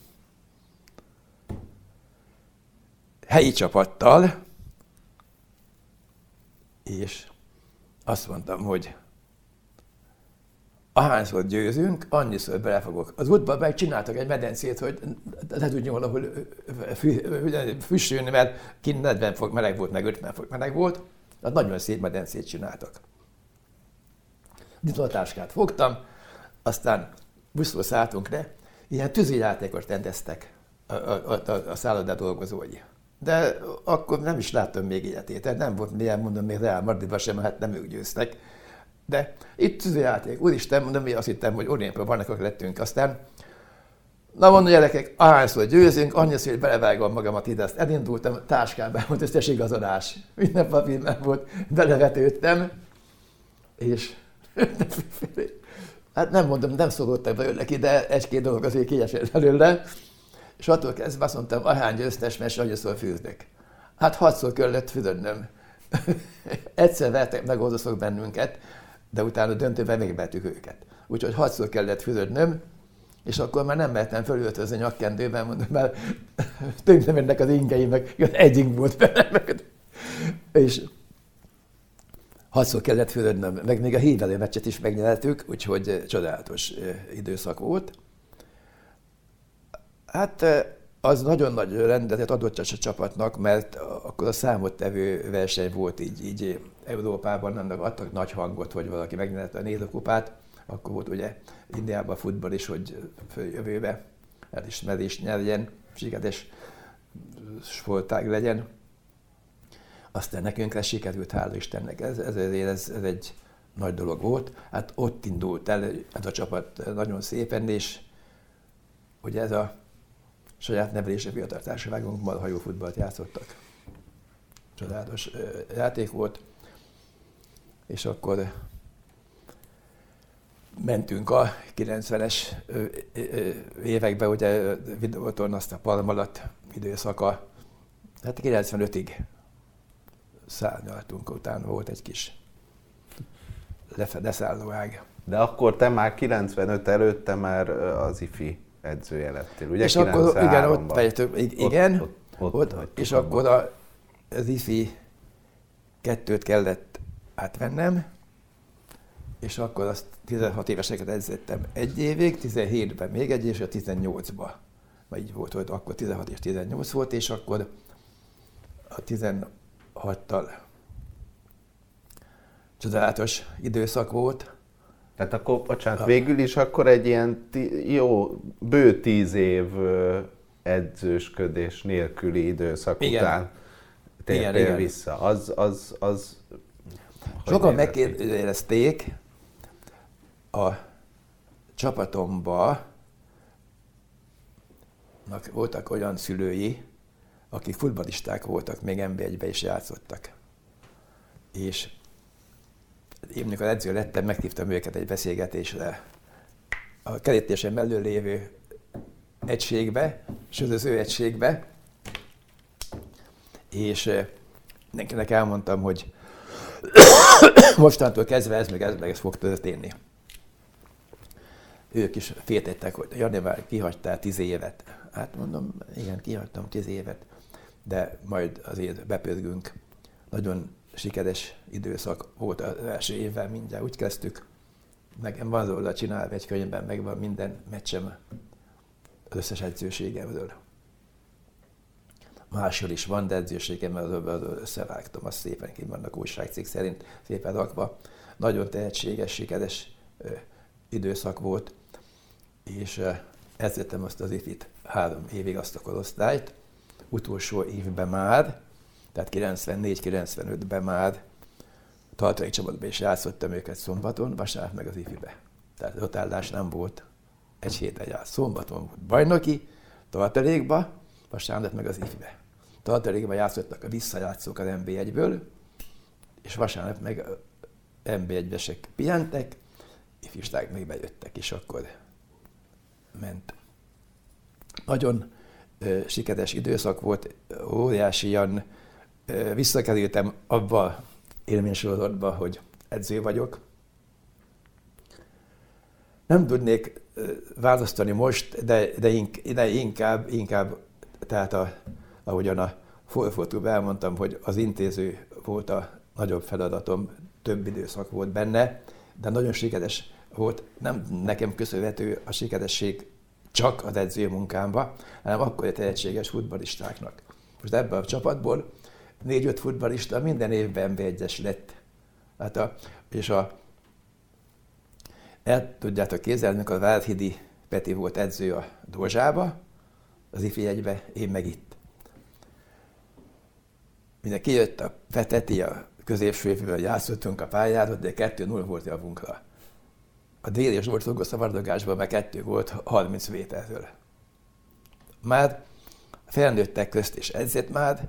helyi csapattal, és azt mondtam, hogy ahányszor győzünk, annyiszor belefogok. Az útban meg csináltak egy medencét, hogy ne tudjon valahol füstölni, mert kint negyven fok meleg volt, meg ötven fok meleg volt. Tehát nagyon szép medencét csináltak. Ditolatáskát fogtam, aztán buszról szálltunk le, ilyen tűzijátékot rendeztek a, a, a, a szállodá dolgozói. De akkor nem is láttam még ilyetét, tehát nem volt milyen, mondom, még Real Madridban sem, hát nem ők győztek. De itt tűzijáték, úristen, mondom, mi azt hittem, hogy olimpiai bajnokok lettünk, aztán na mondom, gyerekek, ahányszor győzünk, annyiszor, hogy belevágom magamat ide, azt elindultam, táskámban volt összes igazolás. Minden papírban volt, belevetődtem, és hát nem mondom, nem szólottak belőle ki, de egy-két dolog azért kiesett előle, és attól kezdve azt mondtam, ahány győztes meccs, annyiszor fűznek. Hát hatszor kellett fürödnöm. Egyszer vertek meg oroszok bennünket, de utána döntőben megvertük őket. Úgyhogy hatszor kellett fürödnöm, és akkor már nem mertem felültözni nyakkendőben, mondom, mert tönkre mennek az ingeim, meg egyik volt benne. És hatszor kellett fürödnöm, meg még a hívelő meccset is megnyertük, úgyhogy csodálatos időszak volt. Hát az nagyon nagy rendetet adott a csapatnak, mert akkor a számottevő verseny volt így, így Európában, annak adtak nagy hangot, hogy valaki megnyerte a nézőkupát. Akkor volt ugye Indiában futball is, hogy följövőbe elismerést nyerjen, sikeres sportág legyen. Aztán nekünk ez sikerült, hála Istennek. Ez, ez, ez, ez egy nagy dolog volt. Hát ott indult el ez a csapat nagyon szépen, és ugye ez a saját nevelése fiatal társaságunkban hajófutballt játszottak. Csodálatos játék volt, és akkor mentünk a kilencvenes években, ugye videótornázta Parmalat időszaka, hát kilencvenötig szárnyaltunk, utána volt egy kis leszállóág. De akkor te már kilencvenöt előtt te már az ifi edzője lettél, ugye? És akkor igen, ott fejtő, igen, ott, ott, ott, ott, és akkor a, az ifi kettőt kellett átvennem, és akkor azt tizenhat éveseket edzettem egy évig, tizenhétben még egy, és a tizennyolcban. Mert így volt, hogy akkor tizenhat és tizennyolc volt, és akkor a tizenhattal csodálatos időszak volt. Tehát akkor, bocsánat, a... végül is akkor egy ilyen tí, jó, bő tíz év edzősködés nélküli időszak igen. után tértél vissza. Az, az, az, sokan megkérdezték a csapatomba, voltak olyan szülői, akik futballisták voltak, még en bé egyben is játszottak. És én, mikor edző lettem, meghívtam őket egy beszélgetésre a kerítésen belül lévő egységbe, sőt az ő egységbe, és nekinek elmondtam, hogy mostantól kezdve ez meg ez, meg ez fog történni. Ők is féltettek, hogy Jani, már kihagytál tíz évet. Hát mondom, igen, kihagytam tíz évet, de majd azért bepörgünk. Nagyon sikeres időszak volt az első évvel, mindjárt úgy kezdtük. Nekem van róla csinálva egy könyvben, megvan minden meccsem az összes edzőségemről. Máshol is van, de edzőségemmel összevágtam, azt szépen ki vannak újságcikk szerint szépen rakva. Nagyon tehetséges, sikeres ö, időszak volt, és ö, edzettem azt az ifit három évig, azt a korosztályt. Utolsó évben már, tehát kilencvennégy kilencvenötben már tartalai csapatban is játszottam őket szombaton, vasárnap meg az ifibe. Tehát rotállás nem volt, egy héten járt. Szombaton volt bajnoki, tartalékba, vasárnap meg az ifibe. Tartalékban játszottak a visszajátszók az en bé egyből, és vasárnap meg en bé egyesek pihentek, ifisták még bejöttek, és akkor ment. Nagyon ö, sikeres időszak volt, óriásian ö, visszakerültem abba élménysorozatba, hogy edző vagyok. Nem tudnék ö, választani most, de, de, ink, de inkább, inkább, tehát a, ahogyan a forfotúban elmondtam, hogy az intéző volt a nagyobb feladatom, több időszak volt benne, de nagyon sikeres volt. Nem nekem köszönhető a sikeresség csak az edző munkámba, hanem akkor egy tehetséges futballistáknak. Most ebben a csapatból négy-öt futballista minden évben en bé egyes lett. Hát a, és a, el tudjátok képzelni, amikor a Várhidi Peti volt edző a Dózsába, az ifi egybe, én meg itt. Minden kijött a Peteti, a középső évvel játszottunk a pályára, de kettő null volt javunkra. A Dél és Zsolt fogó szabadrugásban meg kettő volt harminc méterről. Már felnőttek közt is edzett már,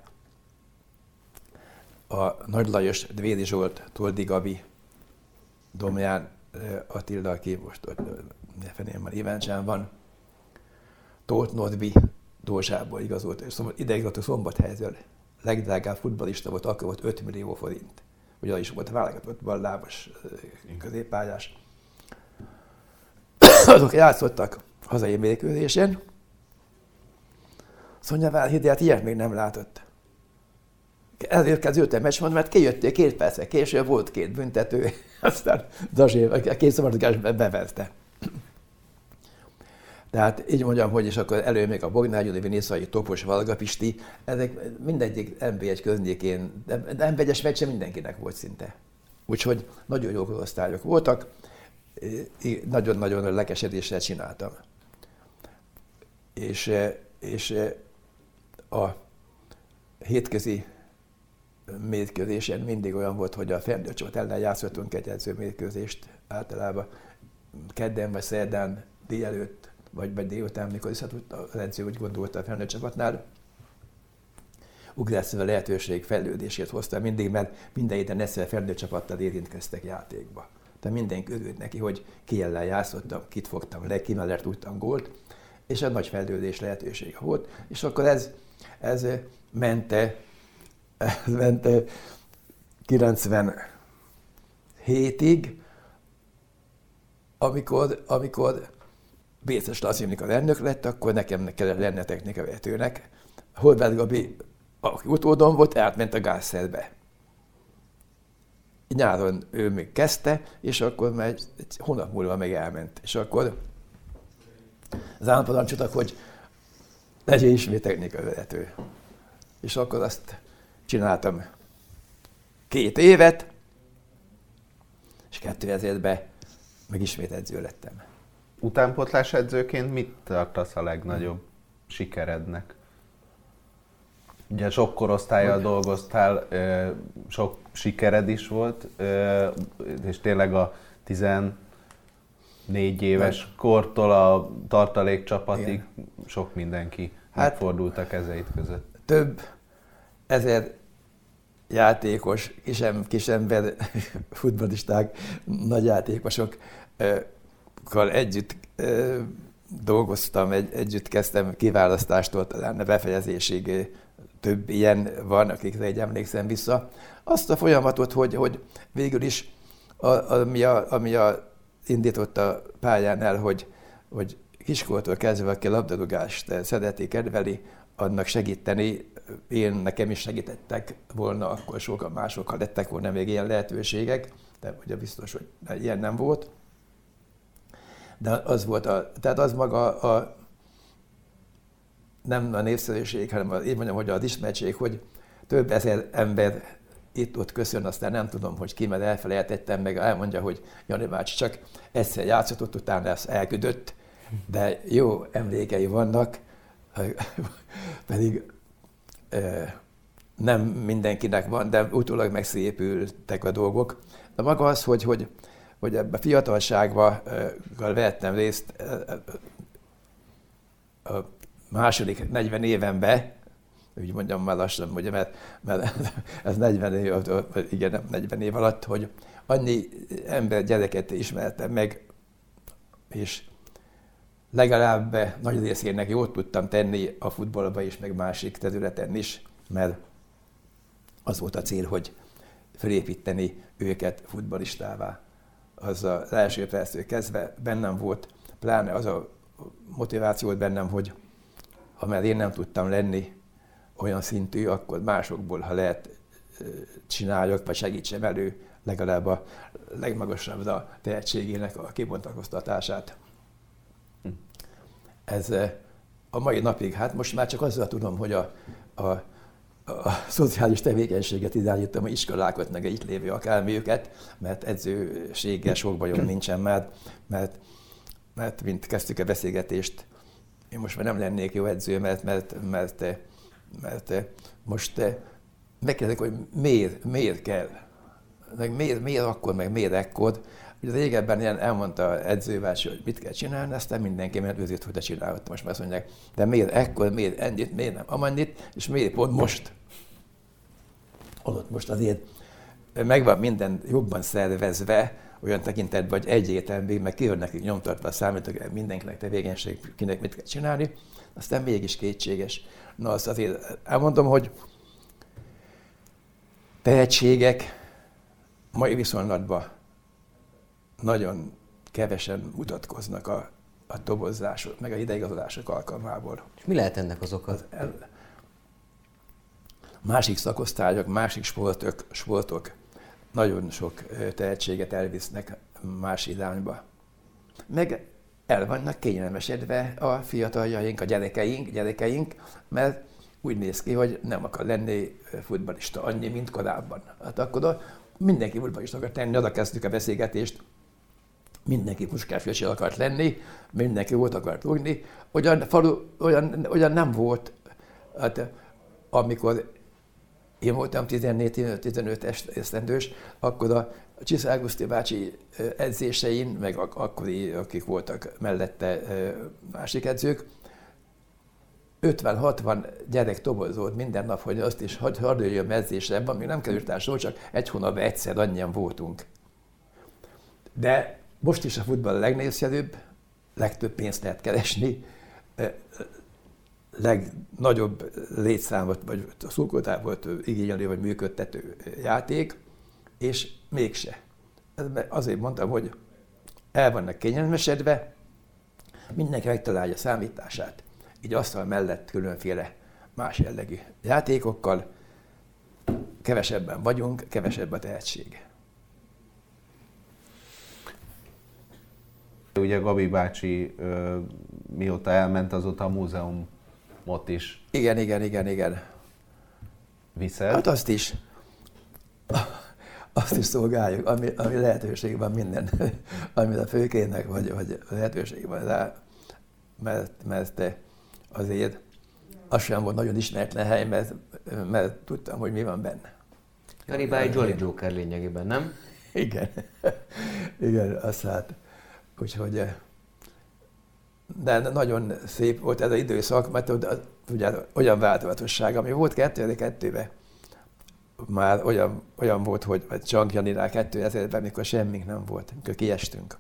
a Nagy Lajos, Dvéri Zsolt, Toldi Gabi, Domján Attila, aki most nefenén már Iváncsán van, Tóth Norbi, Dózsából igazolt, ide igazolt Szombathelyről. Legdrágább futballista volt, akkor volt öt millió forint. Ugye is volt válogatott lábas középpályás. Azok játszottak hazai mérkőzésen. Szonya Várhidi, hát ilyet még nem látott. Ezért kezdődtem meccs, mondom, mert kijöttél két percre később, volt két büntető, aztán Zsazsi a két szabadrugásban beverte. Tehát így mondjam, hogy és akkor elő még a Bognár Gyuri, Viniszai, Topos, Varga Pisti, ezek mindegyik en bé egy környékén, de en bé egyes meccsen mindenkinek volt szinte. Úgyhogy nagyon jó korosztályok voltak, nagyon-nagyon lelkesedéssel csináltam. És, és a hétközi mérkőzésen mindig olyan volt, hogy a felnőtt csapat ellen játszottunk egy edzőmérkőzést általában kedden vagy szerdán délelőtt, vagy, vagy délután, mikor visszatudta az edző, úgy gondolta a felnőtt csapatnál. Ugrásszerű lehetőség fejlődését hozta mindig, mert minden héten egyszer felnőtt csapattal érintkeztek játékba. Tehát mindenki örült neki, hogy ki ellen játszottam, kit fogtam le, ki mellett tudtam gólt, és a nagy fejlődés lehetősége volt. És akkor ez, ez mente, ez mente kilencvenhétig, amikor, amikor Béces Laci, amikor elnök lett, akkor nekem kellett lenne technikavezetőnek. Horváth Gabi, aki utódom volt, átment a gázszerbe. Nyáron ő még kezdte, és akkor egy, egy hónap múlva meg elment. És akkor az államparancsottak, hogy legyen ismét technikavezető. És akkor azt csináltam két évet, és kétezer-ben meg ismét edző lettem. Utánpótlás edzőként mit tartasz a legnagyobb sikerednek? Ugye sok korosztállyal dolgoztál, sok sikered is volt, és tényleg a tizennégy éves kortól a tartalékcsapatig igen. Sok mindenki hát, megfordult a kezeit között. Több ezer játékos, kisem, kisember futballisták, nagy játékosokkal együtt dolgoztam, egy, együtt kezdtem kiválasztástól talán a befejezésig. Több ilyen van, akikre egy emlékszem vissza. Azt a folyamatot, hogy, hogy végül is, a, ami, a, ami a indított a pályán el, hogy, hogy kiskortól kezdve, aki a labdarúgást szereti, kedveli, annak segíteni, én nekem is segítettek volna, akkor sokan másokkal lettek volna még ilyen lehetőségek, de ugye biztos, hogy ilyen nem volt. De az volt, a, tehát az maga a nem a népszerűség, hanem az, én mondjam, hogy az ismertség, hogy több ezer ember itt-ott köszön, aztán nem tudom, hogy ki, mert elfelejtettem, meg elmondja, hogy Jani bácsi csak egyszer játszott, utána ezt elküldött, de jó emlékei vannak, pedig e, nem mindenkinek van, de utólag megszépültek a dolgok. De maga az, hogy, hogy, hogy ebben a fiatalságban e, vehettem részt e, a második negyven évenben, úgy mondjam már lassan, ugye, mert, mert ez negyven év, igen, nem negyven év alatt, hogy annyi ember, gyereket ismertem meg, és legalább nagy részének jót tudtam tenni a futballba is, meg másik területen is, mert az volt a cél, hogy felépíteni őket futballistává. Az az első perctől kezdve bennem volt, pláne az a motiváció volt bennem, hogy ha már én nem tudtam lenni olyan szintű, akkor másokból, ha lehet, csináljak, vagy segítsem elő legalább a legmagasabb a tehetségének a kibontakoztatását. Hm. Ez a mai napig, hát most már csak azzal tudom, hogy a, a, a szociális tevékenységet irányítom, a iskolákat, meg itt lévő akármiüket, mert edzőséggel sok bajom nincsen már, mert, mert mint kezdtük a beszélgetést, én most már nem lennék jó edző, mert, mert, mert, mert most megkérdezik, hogy miért, miért kell, meg miért, miért akkor, meg miért ekkor. Ugye régebben ilyen elmondta edzőbácsi, hogy mit kell csinálni, aztán mindenki mert őzít, hogy te csinálod. Most már azt mondják, de miért ekkor, miért ennyit, miért nem amannyit, és miért pont most. Holott most azért megvan minden jobban szervezve, olyan tekintetben, hogy egyértelmű, meg kijön nekik nyomtatva a számítógép, mindenkinek tevékenység, kinek mit kell csinálni, aztán mégis kétséges. Na azt azért elmondom, hogy tehetségek mai viszonylatban nagyon kevesen mutatkoznak a, a dobozások, meg a ideigazolások alkalmából. És mi lehet ennek az oka? Az el... Másik szakosztályok, másik sportok, sportok nagyon sok tehetséget elvisznek más irányba. Meg el vannak kényelmesedve a fiataljaink, a gyerekeink, gyerekeink, mert úgy néz ki, hogy nem akar lenni futballista annyi, mint korábban. Hát akkor mindenki futballista akar tenni, oda kezdtük a beszélgetést, mindenki Puskás akart lenni, mindenki volt akart rúgni. Olyan, falu, olyan, olyan nem volt, hát, amikor én voltam tizennégy-tizenöt esztendős, akkor a Csiszár Guszti bácsi edzésein, meg akkori, akik voltak mellette másik edzők, ötven-hatvan gyerek tobozott minden nap, hogy azt is hadd hadd jöjjön edzésre, ebben még nem került rá szó, csak egy hónapban egyszer annyian voltunk. De most is a futball a legnépszerűbb, legtöbb pénzt lehet keresni, legnagyobb létszámot, vagy szurkoltábort igényelő, vagy működtető játék, és mégse. Azért mondtam, hogy el vannak kényelmesedve, mindenki megtalálja a számítását, így asztal mellett különféle más jellegű játékokkal, kevesebben vagyunk, kevesebb a tehetség. Ugye Gabi bácsi mióta elment, azóta a múzeumot is Igen, igen, igen, igen. viszed. Hát azt is, azt is szolgáljuk, ami, ami lehetőség van minden, amit a főkének, vagy, vagy lehetőség van rá, mert, mert azért az sem volt nagyon ismeretlen hely, mert, mert tudtam, hogy mi van benne. Garibay Jolly Joker lényegében, nem? Igen, igen, azt hát, úgyhogy, de nagyon szép volt ez az időszak, mert ugye olyan változatosság, ami volt kétezer-kettőben, már olyan, olyan volt, hogy Csank Janinál kétezerben, mikor semmink nem volt, amikor kiestünk.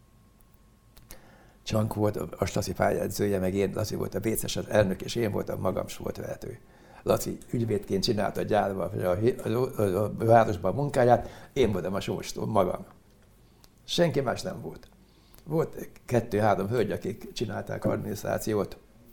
Csank volt a Stasi pályázője, meg én, Laci volt a Béces az elnök, és én voltam magam sportvezető. Laci ügyvédként csinálta a gyárban, a, a, a, a városban a munkáját, én voltam a sóstól magam. Senki más nem volt. Volt kettő-három hölgy, akik csinálták adminisztrációt,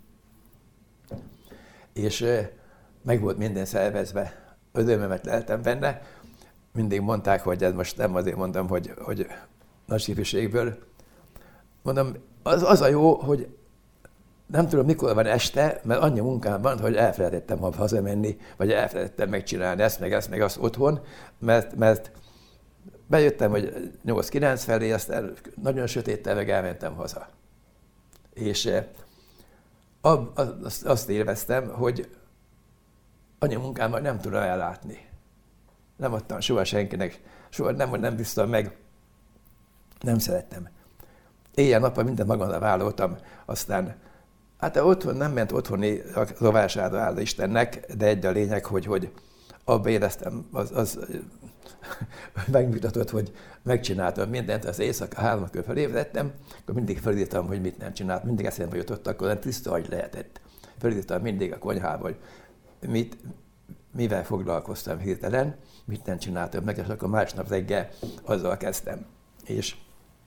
és meg volt minden szervezve, örömömet leltem benne. Mindig mondták, hogy ez most nem azért mondom, hogy, hogy nagy hívűségből. Mondom, az, az a jó, hogy nem tudom, mikor van este, mert annyi munkám van, hogy elfelejtettem hazamenni, vagy elfelejtettem megcsinálni ezt, meg ezt, meg azt otthon, mert, mert bejöttem, hogy nyolc-kilenc felé, aztán nagyon sötéttel meg elmentem haza. És ab, azt, azt élveztem, hogy annyi munkámmal nem tudom ellátni. Nem adtam soha senkinek, soha nem, nem bíztam meg, nem szerettem. Éjjel-nappal mindent magamra vállaltam, aztán hát otthon nem ment otthoni rovására, hála Istennek, de egy a lényeg, hogy, hogy abba éreztem, az, az megmutatott, hogy megcsináltam mindent, az éjszaka háromkor felébredtem, akkor mindig felírtam, hogy mit nem csinált, mindig eszembe jutott, akkor nem tiszta agy lehetett. Felírtam mindig a konyhába, hogy mit, mivel foglalkoztam hirtelen, mit nem csináltam meg, és akkor másnap reggel azzal kezdtem. És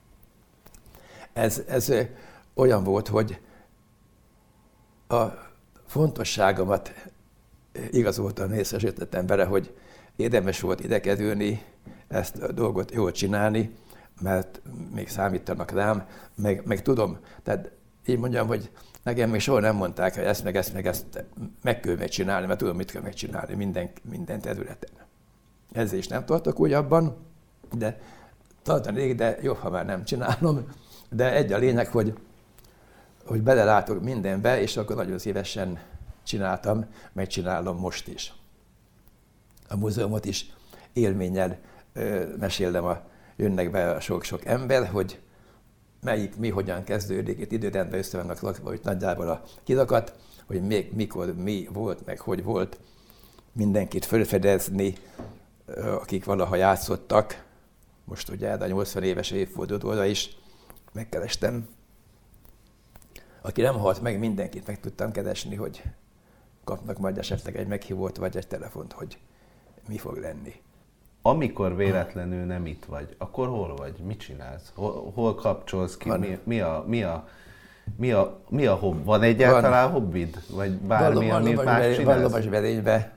ez, ez olyan volt, hogy a fontosságomat igazoltan részesítettem bele, hogy érdemes volt ide kerülni, ezt a dolgot jól csinálni, mert még számítanak rám, meg, meg tudom. Tehát így mondjam, hogy nekem még soha nem mondták, hogy ezt meg ezt meg ezt meg kell megcsinálni, mert tudom, mit kell megcsinálni minden, minden területen. Ezzel is nem tartok úgy abban, de tartanék, de jobb, ha már nem csinálom. De egy a lényeg, hogy, hogy belelátok mindenbe, és akkor nagyon szívesen csináltam, megcsinálom most is. A múzeumot is élménnyel ö, mesélem, a, jönnek be a sok-sok ember, hogy melyik, mi, hogyan kezdődik, itt időrendben össze vannak lakva, hogy nagyjából a kirakat, hogy még mikor, mi volt, meg hogy volt, mindenkit felfedezni, akik valaha játszottak. Most ugye a nyolcvan éves évfordulóra is megkerestem. Aki nem halt meg, mindenkit meg tudtam keresni, hogy kapnak majd esetleg egy meghívót, vagy egy telefont, hogy mi fog lenni. Amikor véletlenül nem itt vagy, akkor hol vagy? Mit csinálsz? Hol, hol kapcsolsz ki? Mi, mi a, mi a, mi a, mi a hobbi? Van egyáltalán van. Hobbid? Vagy bármi, van, amit van, más van, csinálsz? Van Lovasverényben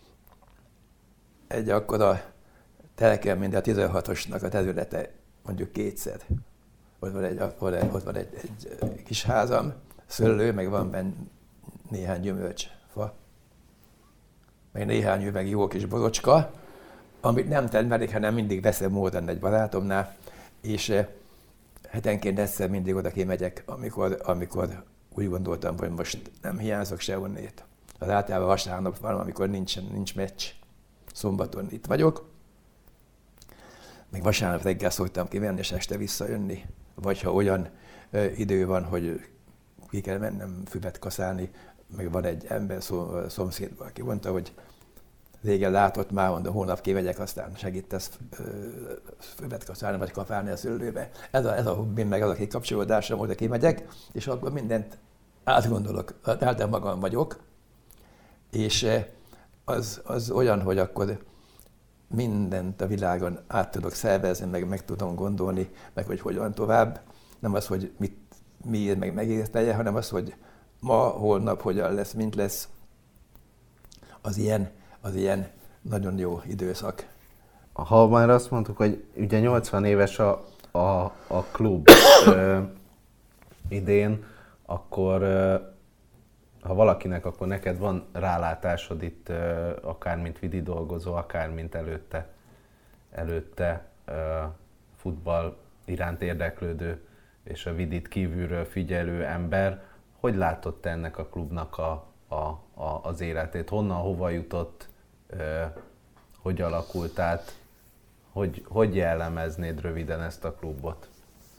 egy akkora telken, mint a tizenhatosnak a területe, mondjuk kétszer. Ott van egy, ott van egy, ott van egy, egy kis házam, szőlő, meg van benne néhány gyümölcsfa, meg néhány üveg jó kis borocska, amit nem termelik, hanem mindig veszem módon egy barátomnál, és hetenként egyszer mindig oda kimegyek, amikor, amikor úgy gondoltam, hogy most nem hiányzok se onnét. Az általában vasárnap van, amikor nincs, nincs meccs. szombaton itt vagyok. Még vasárnap reggel szoktam kimenni, és este visszajönni. Vagy ha olyan ö, idő van, hogy ki kell mennem füvet kaszálni, meg van egy ember szó, szomszéd, aki mondta, hogy régen látott már, mondom, holnap kimegyek, aztán segítesz füvet kaszálni, vagy kapálni a szőlőbe. Ez a, ez a hobbim, meg az a kikapcsolódásom, hogy kimegyek, és akkor mindent átgondolok, általában magam vagyok, és az, az olyan, hogy akkor mindent a világon át tudok szervezni, meg meg tudom gondolni, meg hogy hogyan tovább. Nem az, hogy mit, miért, meg megértelje, hanem az, hogy ma, holnap hogyan lesz, mint lesz. Az ilyen, az ilyen nagyon jó időszak. Ha már azt mondtuk, hogy ugye nyolcvan éves a, a, a klub ö, idén, akkor ö, ha valakinek, akkor neked van rálátásod itt, ö, akár mint vidi dolgozó, akár mint előtte, előtte ö, futball iránt érdeklődő és a vidit kívülről figyelő ember. Hogy látott te ennek a klubnak a, a, a, az életét? Honnan, hova jutott? Ö, hogy alakult át? Hogy, hogy jellemeznéd röviden ezt a klubot?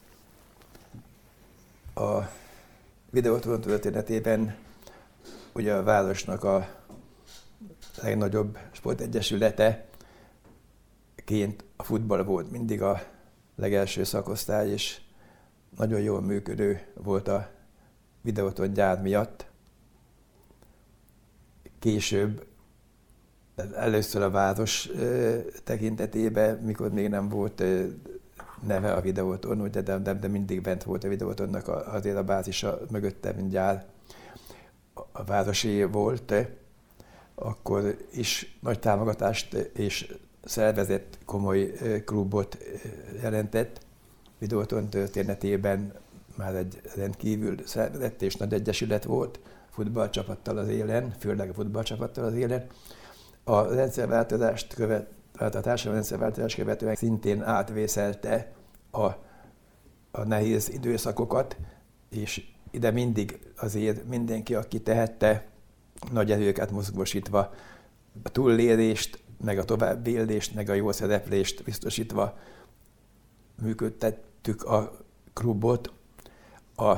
A Videóton történetében ugye a városnak a legnagyobb sportegyesülete ként a futball volt mindig a legelső szakosztály, és nagyon jól működő volt a Videóton gyár miatt. Később, először a város tekintetében, mikor még nem volt neve a Videóton, ugye, de, de, de mindig bent volt a Videótonnak azért a bázisa mögötte, mint gyár. A városi volt, akkor is nagy támogatást és szervezett komoly klubot jelentett. Videóton történetében már egy rendkívül szervezett és nagy egyesület volt, futballcsapattal az élen, főleg a futballcsapattal az élen. A rendszerváltozást követ, a társadalmi rendszerváltozást követően szintén átvészelte a, a nehéz időszakokat, és ide mindig azért mindenki, aki tehette, nagy erőket mozgósítva, a túlélést, meg a továbbélést, meg a jó szereplést biztosítva működtettük a klubot. A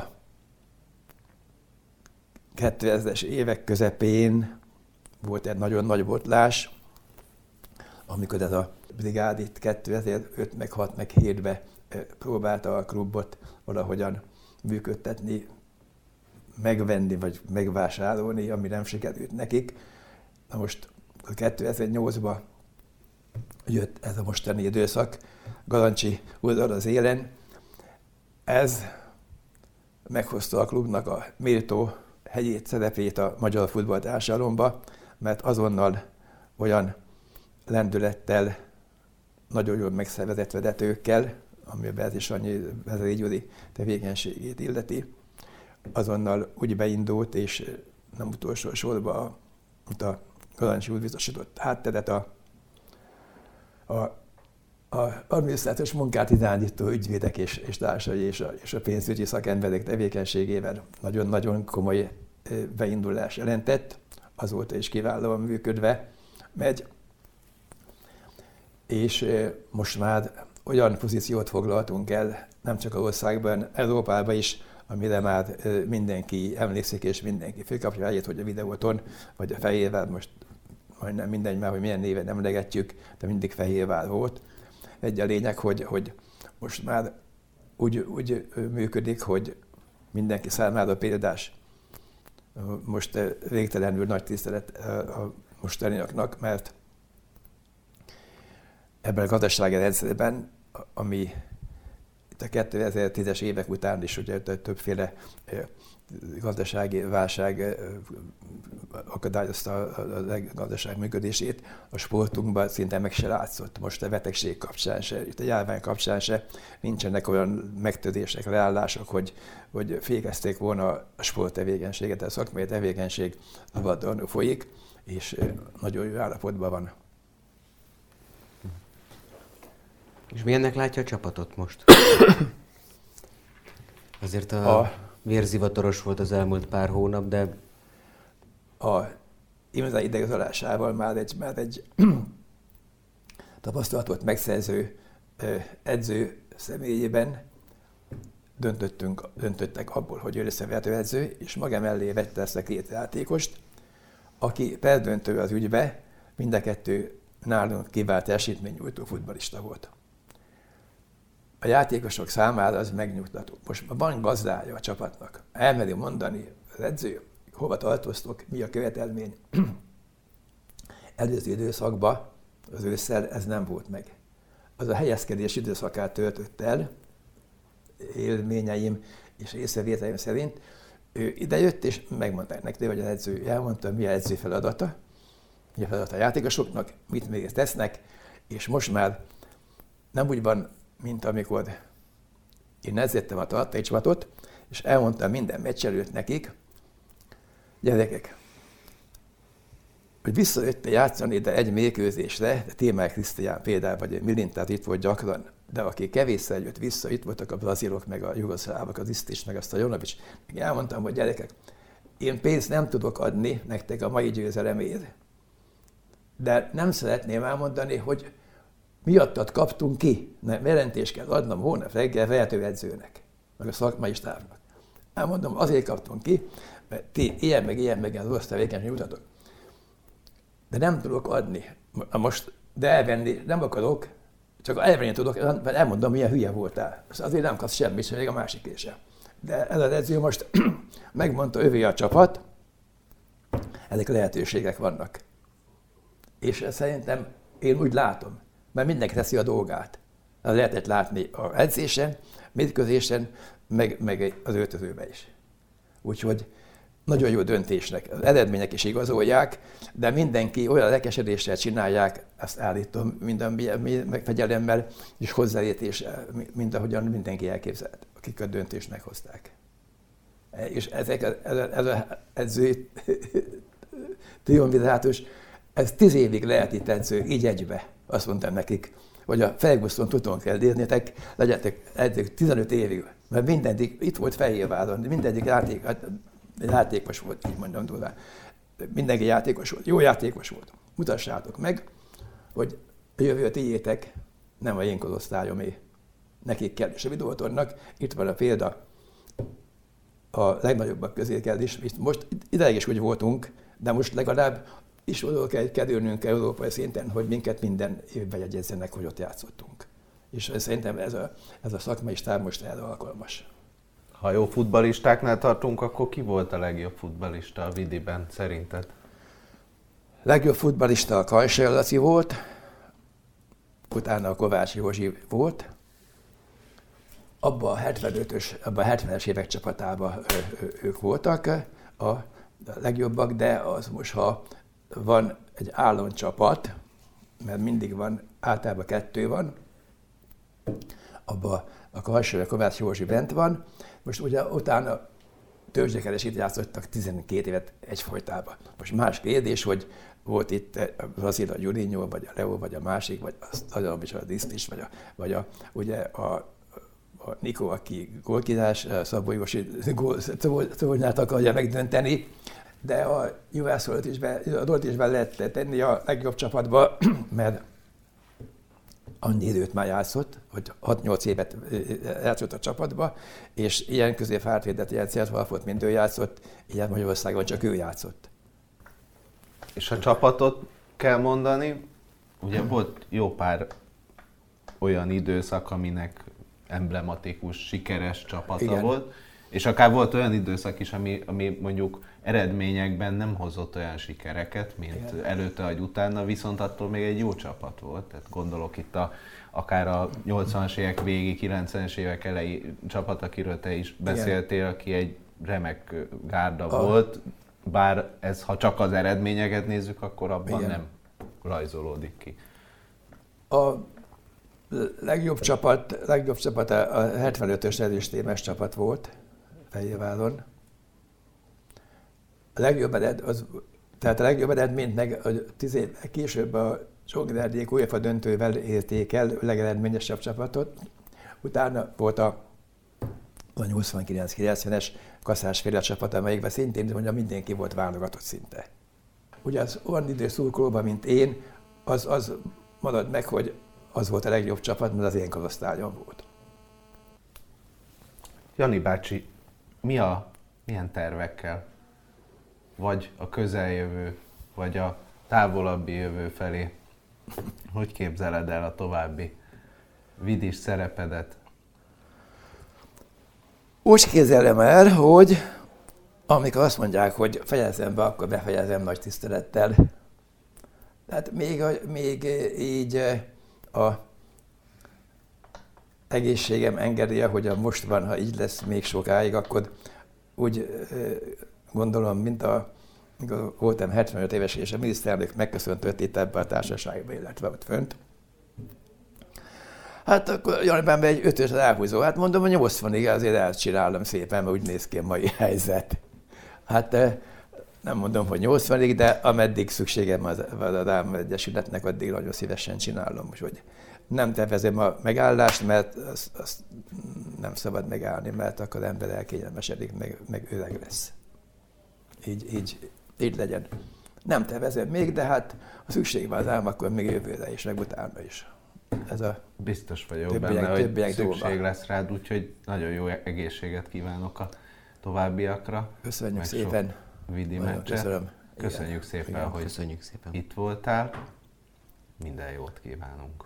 kétezres évek közepén volt egy nagyon nagy botlás, amikor ez a brigád itt kétezer-öt, meg hat, meg hétben próbálta a klubot valahogyan működtetni, megvenni vagy megvásárolni, ami nem sikerült nekik. Na most kétezer-nyolcban jött ez a mostani időszak, Garancsi úrral az élen. Ez meghozta a klubnak a méltó helyét, szerepét a magyar futballtársadalomba, mert azonnal olyan lendülettel, nagyon jól megszervezett vezetőkkel, ami a Berzi Sanyi Vezeri Gyuri tevékenységét illeti, azonnal úgy beindult, és nem utolsó sorban a, a Garancsi úr biztosított hátteret a, a, a adminisztrációs munkát irányító ügyvédek és, és társai és a, és a pénzügyi szakemberek tevékenységével nagyon-nagyon komoly beindulás jelentett, azóta is kiválóan működve megy, és most már olyan pozíciót foglaltunk el, nem csak az országban, Európában is, amire már mindenki emlékszik, és mindenki fölkapja helyét, hogy a Videóton, vagy a Fehérvár, most majdnem mindegy már, hogy milyen néven emlegetjük, de mindig Fehérvár volt. Egy a lényeg, hogy, hogy most már úgy, úgy működik, hogy mindenki számára példás. Most végtelenül nagy tisztelet a mostaniaknak, mert ebben a gazdasági rendszerben, ami itt a kétezer-tízes évek után is ugye többféle gazdasági válság akadályozta a gazdaság működését, a sportunkban szinte meg se látszott. Most a betegség kapcsán se, itt a járvány kapcsán se nincsenek olyan megtörések, leállások, hogy, hogy fékezték volna a sporttevékenységet, a szakmai tevékenység szabadon folyik, és nagyon jó állapotban van. És milyennek látja a csapatot most? Azért a, a vérzivataros volt az elmúlt pár hónap, de... A Imre idegzolásával már egy, már egy tapasztalatot megszerző edző személyében döntöttünk, döntöttek abból, hogy ő lesz a vezetőedző, és maga mellé vette ezt a két játékost, aki perdöntő az ügybe, mind a kettő nálunk kivált teljesítménynyújtó futballista volt. A játékosok számára az megnyugtató. Most van gazdája a csapatnak. Elmeri mondani az edző, hova tartoztok, mi a követelmény. Előző időszakban, az ősszel ez nem volt meg. Az a helyezkedés időszakát töltött el, élményeim és észrevételeim szerint. Ő idejött, és megmondták neki, hogy az edző elmondta, mi az edző feladata, mi a feladata a játékosoknak, mit még tesznek, és most már nem úgy van, mint amikor én vezettem a tartai csapatot, és elmondtam minden meccs előtt nekik, gyerekek, hogy visszajöttek játszani ide egy mérkőzésre, Témár Krisztián például, vagy Milintát itt volt gyakran, de aki kevésszer jött vissza, itt voltak a brazilok, meg a jugoszlávok, az Isztis, meg a Stojanovics. Elmondtam, hogy gyerekek, én pénzt nem tudok adni nektek a mai győzelemért, de nem szeretném elmondani, hogy miattad kaptunk ki. Nem, jelentést kell adnom hónap reggel vezetőedzőnek, meg a szakmai stábnak. Elmondom, azért kaptunk ki, mert ti ilyen meg ilyen meg az rossz tevékenység mutatok. De nem tudok adni. Most, de elvenni nem akarok, csak elvenni tudok, elmondom, milyen hülye voltál. Azért nem kapsz semmit, még a másik sem. De ez az edző most megmondta, övé a csapat, ezek lehetőségek vannak. És szerintem én úgy látom, mert mindenki teszi a dolgát. Lehetett látni az edzésen, mérkőzésen, meg, meg az öltözőben is. Úgyhogy nagyon jó döntésnek. Az eredmények is igazolják, de mindenki olyan lelkesedéssel csinálják, ezt állítom, minden megfegyelemmel és hozzáértéssel, mint ahogyan mindenki elképzelt, akik a döntést meghozták. És ezek, ez, ez az edző triumvirátus, ez tíz évig lehet itt edző, így egybe. Azt mondtam nekik, hogy a Ferguson tudón kell érnétek, legyetek edzők tizenöt évig, mert mindegyik, itt volt Fehérváron, mindegyik játék, játékos volt, így mondom tőle. Mindenki játékos volt, jó játékos volt. Mutassátok meg, hogy a jövő tiétek, nem a én korosztályomé. Nekik kell, és a videótornak itt van a példa, a legnagyobbak közé kell is. Most ideig is úgy voltunk, de most legalább is oda kell kerülnünk európai szinten, hogy minket minden évben jegyezzenek, hogy ott játszottunk. És szerintem ez a, ez a szakmai stáb most erre alkalmas. Ha jó futballistáknál tartunk, akkor ki volt a legjobb futballista a Vidiben szerinted? Legjobb futballista a Kajser Laci volt, utána a Kovács Józsi volt. Abban a hetvenötös, abban a hetvenes évek csapatában ők voltak a legjobbak, de az most, ha van egy államcsapat, mert mindig van, általában kettő van, abban a Kajser, a Kovács Józsi bent van. Most ugye utána Törzsdekeres itt játszottak tizenkét évet egyfolytában. Most más kérdés, hogy volt itt a Brazil, a Juninho, vagy a Leo, vagy a másik, vagy a Stojanovics, vagy a Isztis, vagy a, vagy a, ugye a, a Nikó, aki gólkírás, Szabó Józsi gólnát akarja megdönteni, de a Juhász Rolt is be lehet tenni a legjobb csapatba, mert annyi időt már játszott, hogy hat-nyolc évet játszott a csapatba, és ilyen középhátvédet játszott, Valfot, mint ő játszott, ilyen Magyarországon csak ő játszott. És a csapatot kell mondani, ugye volt jó pár olyan időszak, aminek emblematikus, sikeres csapata Igen. volt, és akár volt olyan időszak is, ami, ami mondjuk eredményekben nem hozott olyan sikereket, mint Igen. előtte vagy utána, viszont attól még egy jó csapat volt. Tehát gondolok itt a, akár a nyolcvanas évek végi, kilencvenes évek elejé csapat, akiről te is beszéltél, Igen. aki egy remek gárda a... volt, bár ez, ha csak az eredményeket nézzük, akkor abban Igen. nem rajzolódik ki. A legjobb csapat, legjobb csapat a hetvenötös ezüstémes csapat volt Fehérváron. A legjobb eredmény, az, tehát a legjobb eredményt meg tíz évvel később a Csongrádiék UEFA döntővel érték el a legeredményesebb csapatot. Utána volt a, a nyolcvankilenc kilencvenes Kaszásféle csapat, amelyikben szintén mondja, mindenki volt válogatott szinte. Ugye az olyan időszurkolóban, mint én, az, az marad meg, hogy az volt a legjobb csapat, mert az én korosztályom volt. Jani bácsi, mi a, milyen tervekkel? Vagy a közeljövő, vagy a távolabbi jövő felé? Hogy képzeled el a további vidis szerepedet? Úgy képzelem el, hogy amikor azt mondják, hogy fejezem be, akkor befejezem nagy tisztelettel. Tehát még, a, még így a egészségem engedi, hogy a most van, ha így lesz még sokáig, akkor úgy gondolom, mint a, amikor voltam hetvenöt éves, és a miniszterelnök megköszöntött itt ebben a társaságban, illetve ott fönt. Hát akkor Janibán egy ötös elhúzó. Hát mondom, hogy nyolcvanig azért elcsinálom szépen, mert úgy néz ki a mai helyzet. Hát nem mondom, hogy nyolcvanig, de ameddig szükségem van az Állam Egyesületnek, addig nagyon szívesen csinálom. Úgyhogy nem tervezem a megállást, mert azt, azt nem szabad megállni, mert akkor az ember elkényelmesedik, meg, meg öreg lesz. Így, így, így legyen. Nem tervezem még, de hát ha szükség van az állam, akkor még jövőre is, meg utána is. Ez a biztos vagyok többiek, benne, hogy többiek szükség dolga. lesz rád, úgyhogy nagyon jó egészséget kívánok a továbbiakra. Köszönjük meg szépen. Sok vidi Nagyon meccset. köszönöm. Köszönjük Igen. szépen, Igen. hogy Köszönjük szépen. itt voltál. Minden jót kívánunk.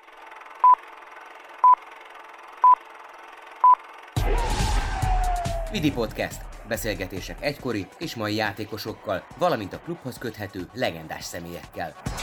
Vidi Podcast. Beszélgetések egykori és mai játékosokkal, valamint a klubhoz köthető legendás személyekkel.